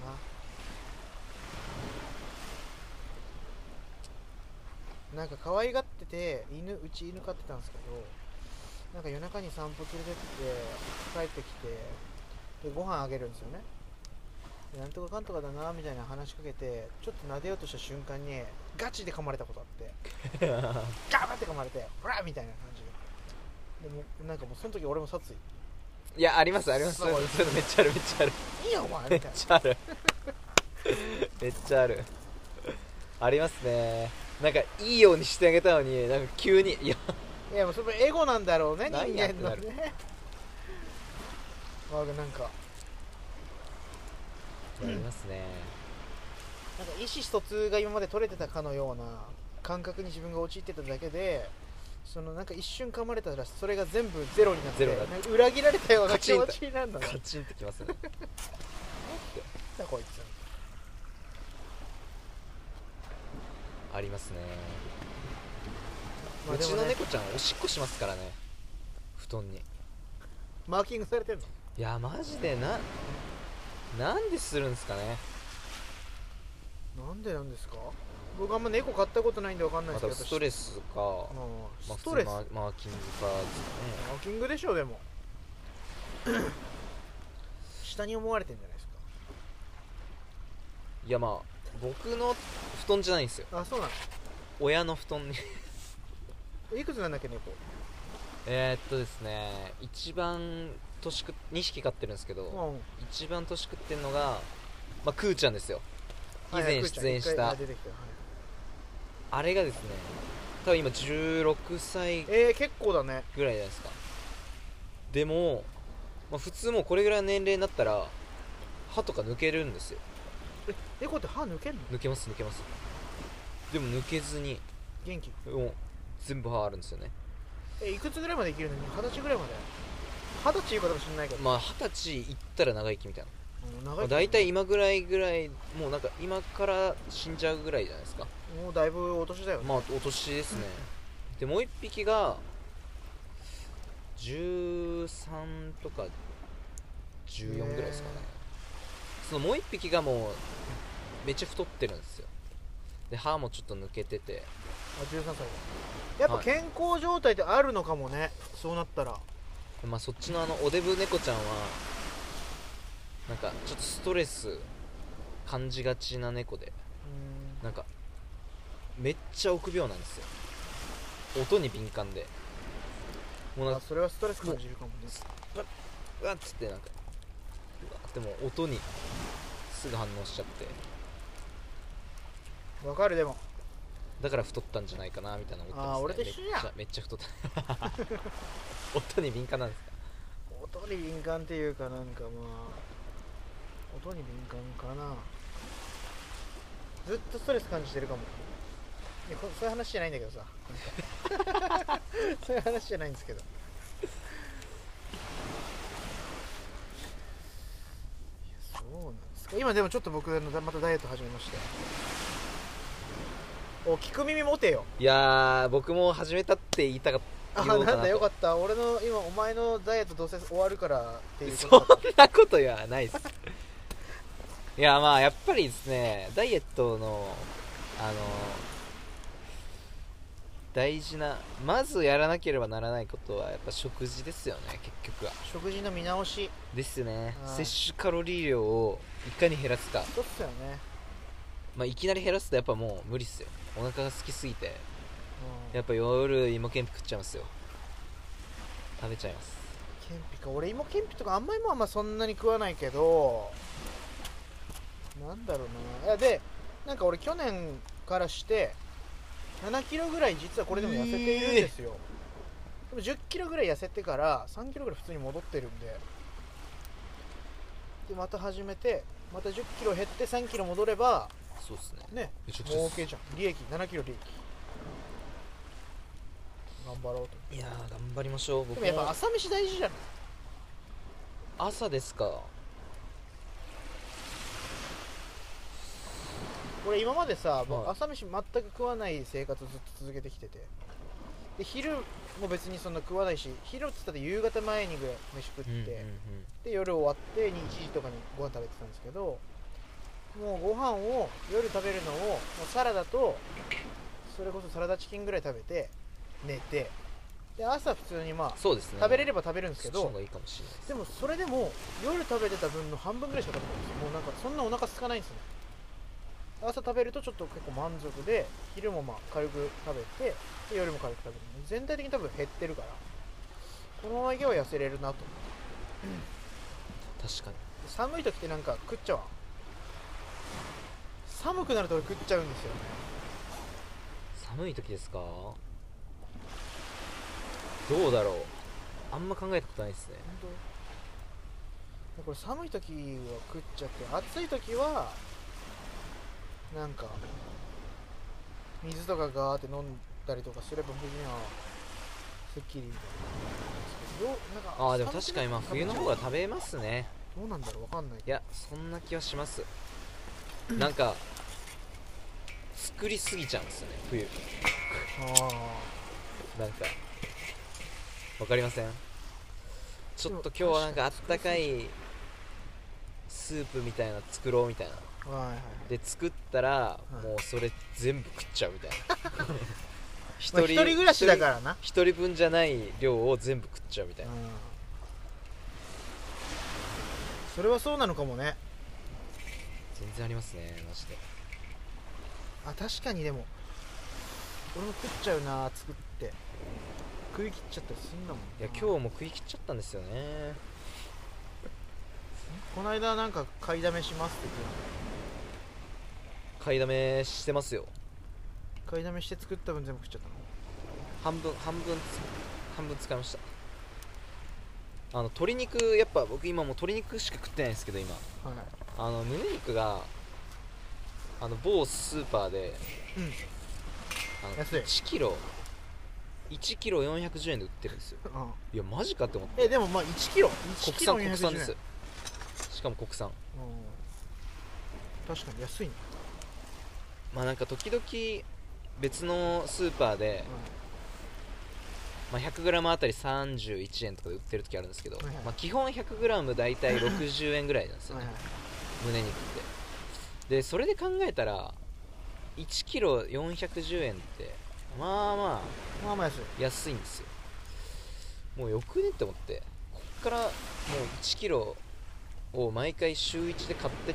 な。なんか可愛がってて犬うち犬飼ってたんですけどなんか夜中に散歩連れてって帰ってきてでご飯あげるんですよね。でなんとかかんとかだなみたいな話しかけてちょっと撫でようとした瞬間にガチで噛まれたことあってガバって噛まれてほらみたいな感じででもなんかもうその時俺も殺意いやありますあります。 そうそういうのめっちゃあるめっちゃあるいいよお前めっみたいちゃあるめっちゃあるありますね。なんかいいようにしてあげたのになんか急にいやないやもうそれエゴなんだろうね人何やってなる間のねまあなんかありますね。 なんか意思疎通が今まで取れてたかのような感覚に自分が陥ってただけでそのなんか一瞬噛まれたらそれが全部ゼロになってゼロになってなんか裏切られたような気カチンと持ちになるのねカチンってきますねなんだこいつありますね。 まあでもねうちの猫ちゃんおしっこしますからね布団に。 マーキングされてんのいやマジでななんでするんですかね。 なんでなんですか僕あんま猫飼ったことないんでわかんないまですけどたストレスか、 うんまあ、 ストレス、 普通ママーキングかですかね。 マーキングでしょでも下に思われてんじゃないですいやまあ僕の布団じゃないんですよ。 かあそうなの親の布団にいくつなんだっけ猫えーっとですね一番年食っにひき飼ってるんですけど、 うん一番年食ってるのが、まあ、クーちゃんですよ。以はいはい前出演した、 クーちゃん一回あ出てきたよあれがですね、多分今じゅうろくさいえー、結構だね。 ぐらいじゃないですか。でも、まあ、普通もうこれぐらいの年齢になったら歯とか抜けるんですよ。 え猫って歯抜けんの？ 抜けます抜けます。でも抜けずに元気？ もう全部歯あるんですよね。 えいくつぐらいまで生きるのに？二十歳ぐらいまで？二十歳いいかもしんないけど、 まあ二十歳いったら長生きみたいな、まあ、 うん長い、 大体今ぐらいぐらい、もうなんか今から死んじゃうぐらいじゃないですか。 もうだいぶお年だよね。 まあお年ですね。でもう一匹がじゅうさんとかじゅうよんぐらいですかね。そのもう一匹がもうめっちゃ太ってるんですよ。で歯もちょっと抜けてて、 あ、じゅうさんさいだ。やっぱ健康状態ってあるのかもね、そうなったら。 まあそっちのあのおデブ猫ちゃんはなんかちょっとストレス感じがちな猫で、 うなんかめっちゃ臆病なんですよ。音に敏感で、もうなんかーんあ、それはストレス感じるかもね。 うわっつってなんかうわってもう音にすぐ反応しちゃって、 わかる。でもだから太ったんじゃないかなみたいな思ってますね。 あー俺と一緒じゃん。 めっちゃめっちゃ太った音に敏感なんですか？ 音に敏感っていうか、なんかまあ音に敏感かな。ずっとストレス感じてるかも。いやこそういう話じゃないんだけどさそういう話じゃないんですけど、いやそうなんですか。今でもちょっと僕のまたダイエット始めまして。お聞く耳持てよ。 いやー僕も始めたって言いたかったあ、 言おうかなんだよかっった。俺の今お前のダイエットどうせ終わるからっていうそんことだった。 なこと言わないですいやまあやっぱりですね、ダイエットのあの大事な、まずやらなければならないことはやっぱ食事ですよね、結局は。 食事の見直しですね。 はい摂取カロリー量をいかに減らすか。 そうっすよね。 まあいきなり減らすとやっぱもう無理っすよ。お腹が空きすぎてうんやっぱ夜芋けんぴ食っちゃいますよ。食べちゃいます。 ケンピか。俺芋けんぴとかあんまりもあんまそんなに食わないけど、なんだろうな。いやでなんか俺去年からしてななキロぐらい実はこれでも痩せているんですよ、でもじゅっキロぐらい痩せてからさんキロぐらい普通に戻ってるんで、でまた始めてまたじゅっキロ減ってさんキロ戻ればそうっすね。 ね、 めちゃくちゃもう OK じゃん。利益ななキロ利益頑張ろうと。 いやー頑張りましょう。僕でもやっぱ朝飯大事じゃない？ 朝ですか。 俺今までさ、もうはい朝飯全く食わない生活をずっと続けてきてて、で昼も別にそんな食わないし、昼っつったら夕方前にぐらい飯食って、 うんうんうん、 で夜終わってにじとかにご飯食べてたんですけど、もうご飯を夜食べるのをもうサラダとそれこそサラダチキンぐらい食べて寝て、で朝普通にまあそうですね、 食べれれば食べるんですけど、 そっちの方がいいかもしれないです。 でもそれでも夜食べてた分の半分ぐらいしか食べないんですよ。もうなんかそんなお腹空かないんですね。朝食べるとちょっと結構満足で、昼もまあ軽く食べて、で夜も軽く食べる。全体的に多分減ってるから、このままいけば痩せれるなと。 確かに。 寒い時ってなんか食っちゃうわ。寒くなると俺食っちゃうんですよね。 寒い時ですか。どうだろう、あんま考えたことないですね。 本当これ寒い時は食っちゃって、暑い時はなんか水とかガーって飲んだりとかすれば無事にはすっきりみたいな。どうなんかああでも確かにまあ冬の方が食べますね。 どうなんだろう、わかんないいけど。 やそんな気はしますなんか作りすぎちゃうんですよね冬。 あなんかわかりません？ちょっと今日はなんかあったかいスープみたいな作ろうみたいなあはいはいはい。 で作ったら、 いもうそれ全部食っちゃうみたいな一まあ一人暮らしだからな。 一人分じゃない量を全部食っちゃうみたいな。 うんそれはそうなのかもね。 全然ありますねマジで。 あ確かに。でも俺も食っちゃうな、作って食い切っちゃったりすんだもんな。 いや今日も食い切っちゃったんですよね。 この間なんか買いだめしますって買いだめしてますよ。 言って買いだめして作った分全部食っちゃったの？ 半分半分つ半分使いました。あの鶏肉やっぱ僕今もう鶏肉しか食ってないんですけど今、 はい、 あの胸肉があの某スーパーで、 うん、 あの安い。 いちキロいちキロよんひゃくじゅうえんで売ってるんですよ。 うん、 いやマジかって思って。 えでもまあいちキロ国産国産です。しかも国産。 うん、確かに安いね。 まあなんか時々別のスーパーで、まあ、ひゃくグラム あたりさんじゅういちえんとかで売ってる時あるんですけど、 はいはい、 まあ、基本 ひゃくグラム だいたいろくじゅうえんぐらいなんですよね、はいはい、胸肉ってでそれで考えたらいちキロよんひゃくじゅうえんってまあまあまあまあ安い安いんですよ。もうよくねって思って、こっからもういちキロを毎回週いちで買ってって、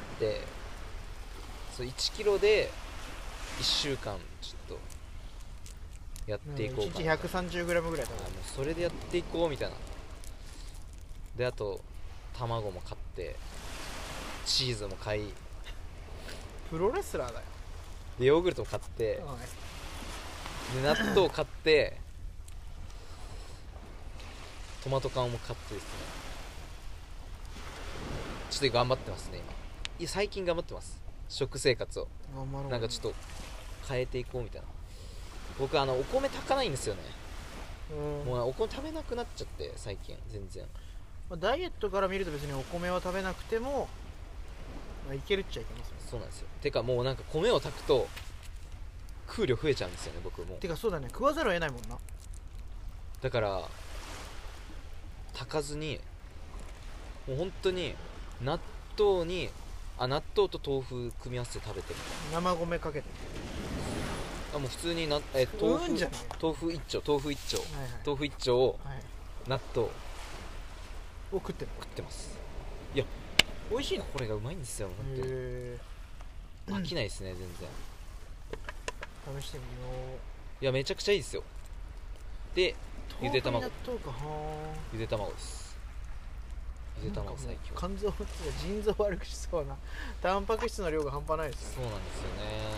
そういちキロでいっしゅうかんちょっとやっていこうかな。 いちにち ひゃくさんじゅうグラム ぐらいだ。 あもうそれでやっていこうみたいな。であと卵も買ってチーズも買い、 プロレスラーだよ。 でヨーグルトも買って、で納豆買ってトマト缶も買ってですね、ちょっと頑張ってますね今。いや最近頑張ってます、食生活を。なんかちょっと変えていこうみたいな。僕あのお米炊かないんですよね。うん、もうお米食べなくなっちゃって最近全然。 まあ、ダイエットから見ると別にお米は食べなくても、まあ、いけるっちゃいけますよね。 そうなんですよ。てかもうなんか米を炊くと空量増えちゃうんですよね僕も。 てかそうだね、食わざるを得ないもんな。 だから炊かずにもう本当に納豆にあ納豆と豆腐組み合わせて食べてるみたいな。 生米かけてあもう普通にな、え豆腐豆腐一丁豆腐一丁、はいはい、豆腐一丁を納豆を食ってる食ってます。いや美味しいのこれがうまいんですよ本当に。飽きないですね全然。試してみよう。いやめちゃくちゃいいですよ。でゆで卵、ゆで卵です。ゆで卵最強。 肝臓腎臓悪くしそうなタンパク質の量が半端ないですよ。そうなんですよ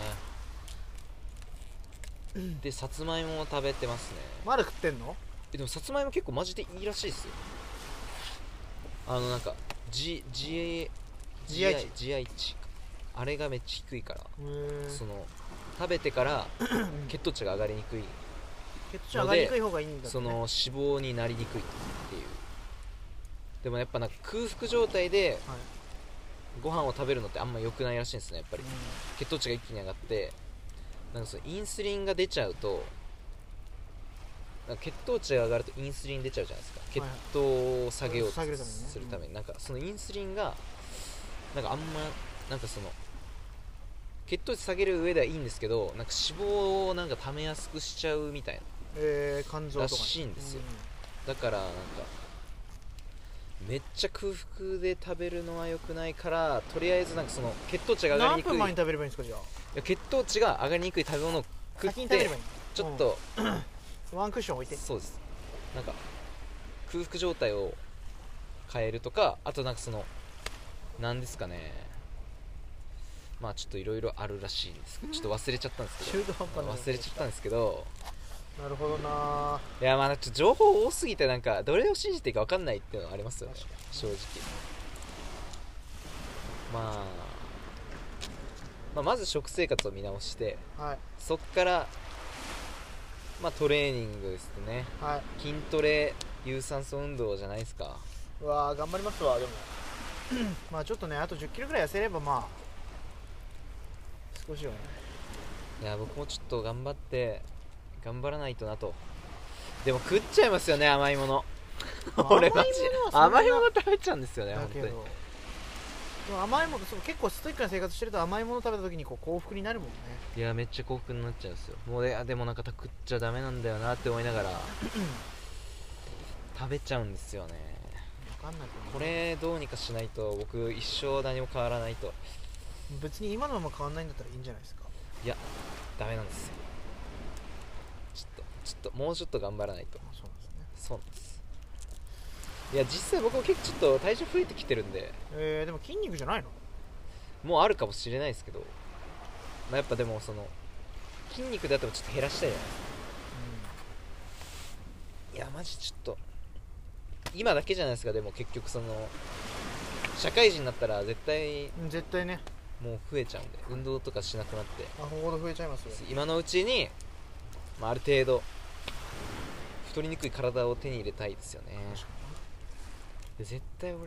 ね。でさつまいもも食べてますね。 まだ食ってんの？ えでもさつまいも結構マジでいいらしいですよ。あのなんか G、G、ジーアイ 値 ジーアイ 値あれがめっちゃ低いから、その食べてから血糖値が上がりにくい血糖値上がりにくい方がいいんだって、ね、 その脂肪になりにくいっていう。でもやっぱなんか空腹状態でご飯を食べるのってあんま良くないらしいんですねやっぱり、うん、血糖値が一気に上がってなんかそのインスリンが出ちゃうと、なんか血糖値が上がるとインスリン出ちゃうじゃないですか、血糖を下げようとするために、なんかそのインスリンがなんかあんまなんかその血糖値下げる上ではいいんですけど、なんか脂肪をなんか溜めやすくしちゃうみたいな、 えー、肝臓とからしいんですよ、うん、だからなんかめっちゃ空腹で食べるのは良くないから、とりあえずなんかその血糖値が上がりにくい、 何分前に食べればいいんですかじゃあ。 いや血糖値が上がりにくい食べ物を食って、ちょっと、 うん、ワンクッション置いて。 そうです。なんか空腹状態を変えるとか、あとなんかそのなんですかね、まあちょっといろいろあるらしいんですけど、ちょっと忘れちゃったんですけど、忘れちゃったんですけど。 なるほどな。 いやまあちょっと情報多すぎてなんかどれを信じていいか分かんないっていうのはありますよね正直。まあ、まあまず食生活を見直して、はい、そっからまあトレーニングですね、はい、筋トレ有酸素運動じゃないですか。 うわー頑張りますわ。でもまあちょっとねあとじゅっキロぐらい痩せればまあ少しはね。 いや僕もちょっと頑張って頑張らないとなと。でも食っちゃいますよね甘いもの俺マジ甘いもの食べちゃうんですよね本当に。でも甘いものそう結構ストイックな生活してると甘いもの食べた時にこう幸福になるもんね。いやめっちゃ幸福になっちゃうんですよ。もうででもなんか食っちゃダメなんだよなって思いながら食べちゃうんですよね。 分かんないけど、ね、 これどうにかしないと僕一生何も変わらないと。 別に今のまま変わんないんだったらいいんじゃないですか。 いやダメなんですよ。ちょっとちょっともうちょっと頑張らないと。 そうなんですね。 そうなんです。いや実際僕も結構ちょっと体重増えてきてるんで。 えー、でも筋肉じゃないの？ もうあるかもしれないですけど、まあ、やっぱでもその筋肉であってもちょっと減らしたいじゃないですか。いやマジちょっと今だけじゃないですか。でも結局その社会人になったら絶対うん、絶対ねもう増えちゃうんで、運動とかしなくなってアホほど増えちゃいますよ。 今のうちに、まあ、ある程度太りにくい体を手に入れたいですよね。で絶対俺もう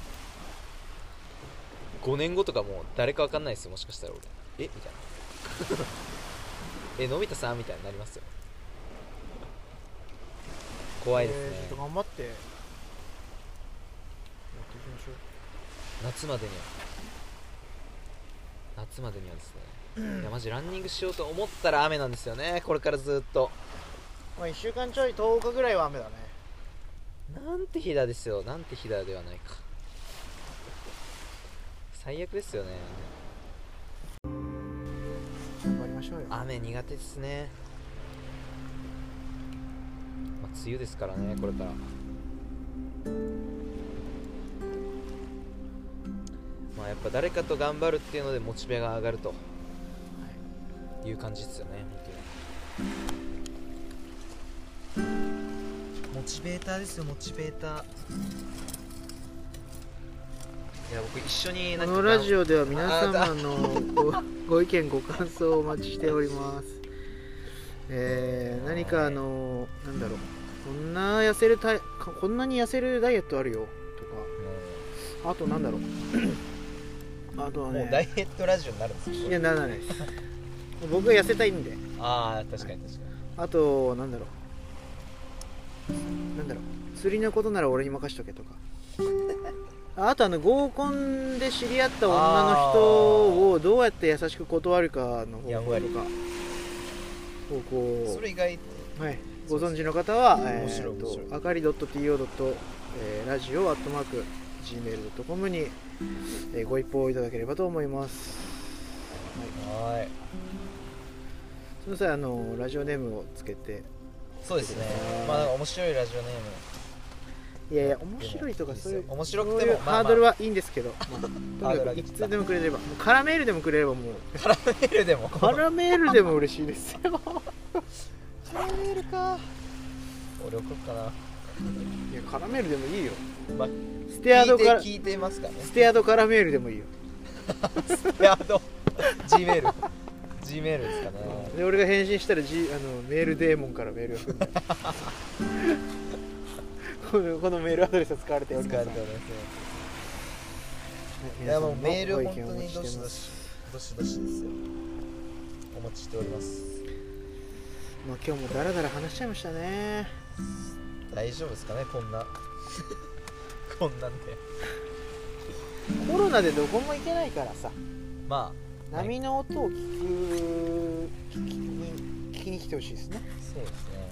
ごねんごとかもう誰か分かんないですよ。もしかしたら俺えみたいなえのび太さんみたいになりますよ。怖いですね、 えーちょっと頑張ってやっていきましょう。 夏までには夏までにはですね、いやマジランニングしようと思ったら雨なんですよね。これからずっとまあいっしゅうかんちょいとおかぐらいは雨だね。 なんて日だですよ。なんて日だではないか。最悪ですよね。 頑張りましょうよ。 雨苦手ですね。まあ、梅雨ですからねこれから。まあやっぱ誰かと頑張るっていうのでモチベが上がるという感じですよね本当に。モチベーターですよモチベーター。いや僕一緒になんかこのラジオでは皆様のごご意見ご感想をお待ちしております。えー、何かあのなんだろう、こんな痩せるたいこんなに痩せるダイエットあるよとか、あとなんだろうあとはね、 もうダイエットラジオになるんですよ。 いやならないです僕が痩せたいんで。 ああ確かに確かに。 あとなんだろうなんだろう釣りのことなら俺に任しとけとかあとあの合コンで知り合った女の人をどうやって優しく断るかの方法とかをこう、 それ意外はい、ご存知の方は面白いえーと面白いあかり .to. えーラジオアットマーク ジーメールドットコム に、えーご一報いただければと思います。はい、 はいその際あのラジオネームをつけて、 そうですね。まあなんか面白いラジオネームいやいや面白いとかそういう面白くてもそういうまあまあハードルはいいんですけど、まあ、とハードルはにかくいつでもくれれば、もうカラメールでもくれればもうカラメールでもカラメールでも嬉しいですよカラメールか。俺送っかな。 いやカラメールでもいいよ。 まあステアードカラ聞いて聞いてますかね。 ステアードカラメールでもいいよ。 ステアード G メール G メールですかね。 で俺が返信したら、G、あのメールデーモンからメールが来るんだよこのこのメールアドレスを使われております。 使われておりますね。い皆さんのやもうメールご意本当に見をお待ちどしどししてます。 どしどしですよ。お待ちしております。 まあ今日もダラダラ話しちゃいましたね。 大丈夫ですかねこんなこんなんで。 コロナでどこも行けないからさ、 まあ波の音を聞く聞きに聞きに来てほしいですね。 そうですね。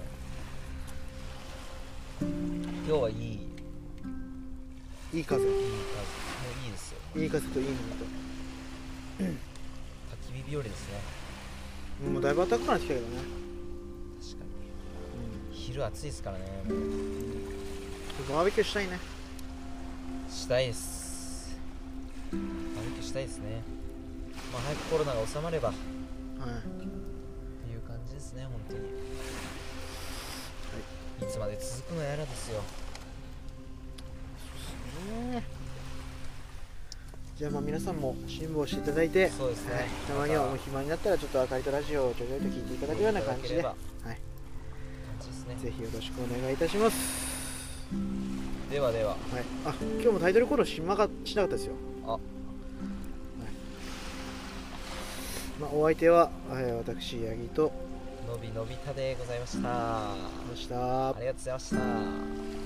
今日はいいいいいい風、 風もういいですよ。 いい風といいの焚き火日和ですね。 と、もうだいぶ暖かくなってきたけどね。 確かに昼暑いですからね。もううん、バーベキューしたいね。 したいです。バーベキューしたいですね。まあ早くコロナが収まればはい。 っていう感じですね本当に。いつまで続くのやらですよ。 ね、じゃあまあ皆さんも辛抱していただいて、 そうですね、 はい、たまにはお暇になったらちょっとあかりとラジオをちょいちょいと聞いていただくような感じで、はい、 感じですね。 ぜひよろしくお願いいたします。 ではでは、 はい、あ今日もタイトルコールしまがしなかったですよ。 あ、 はい、まあ、お相手は、はい、私八木とのびのびたでございました。あました。 りがとうございました。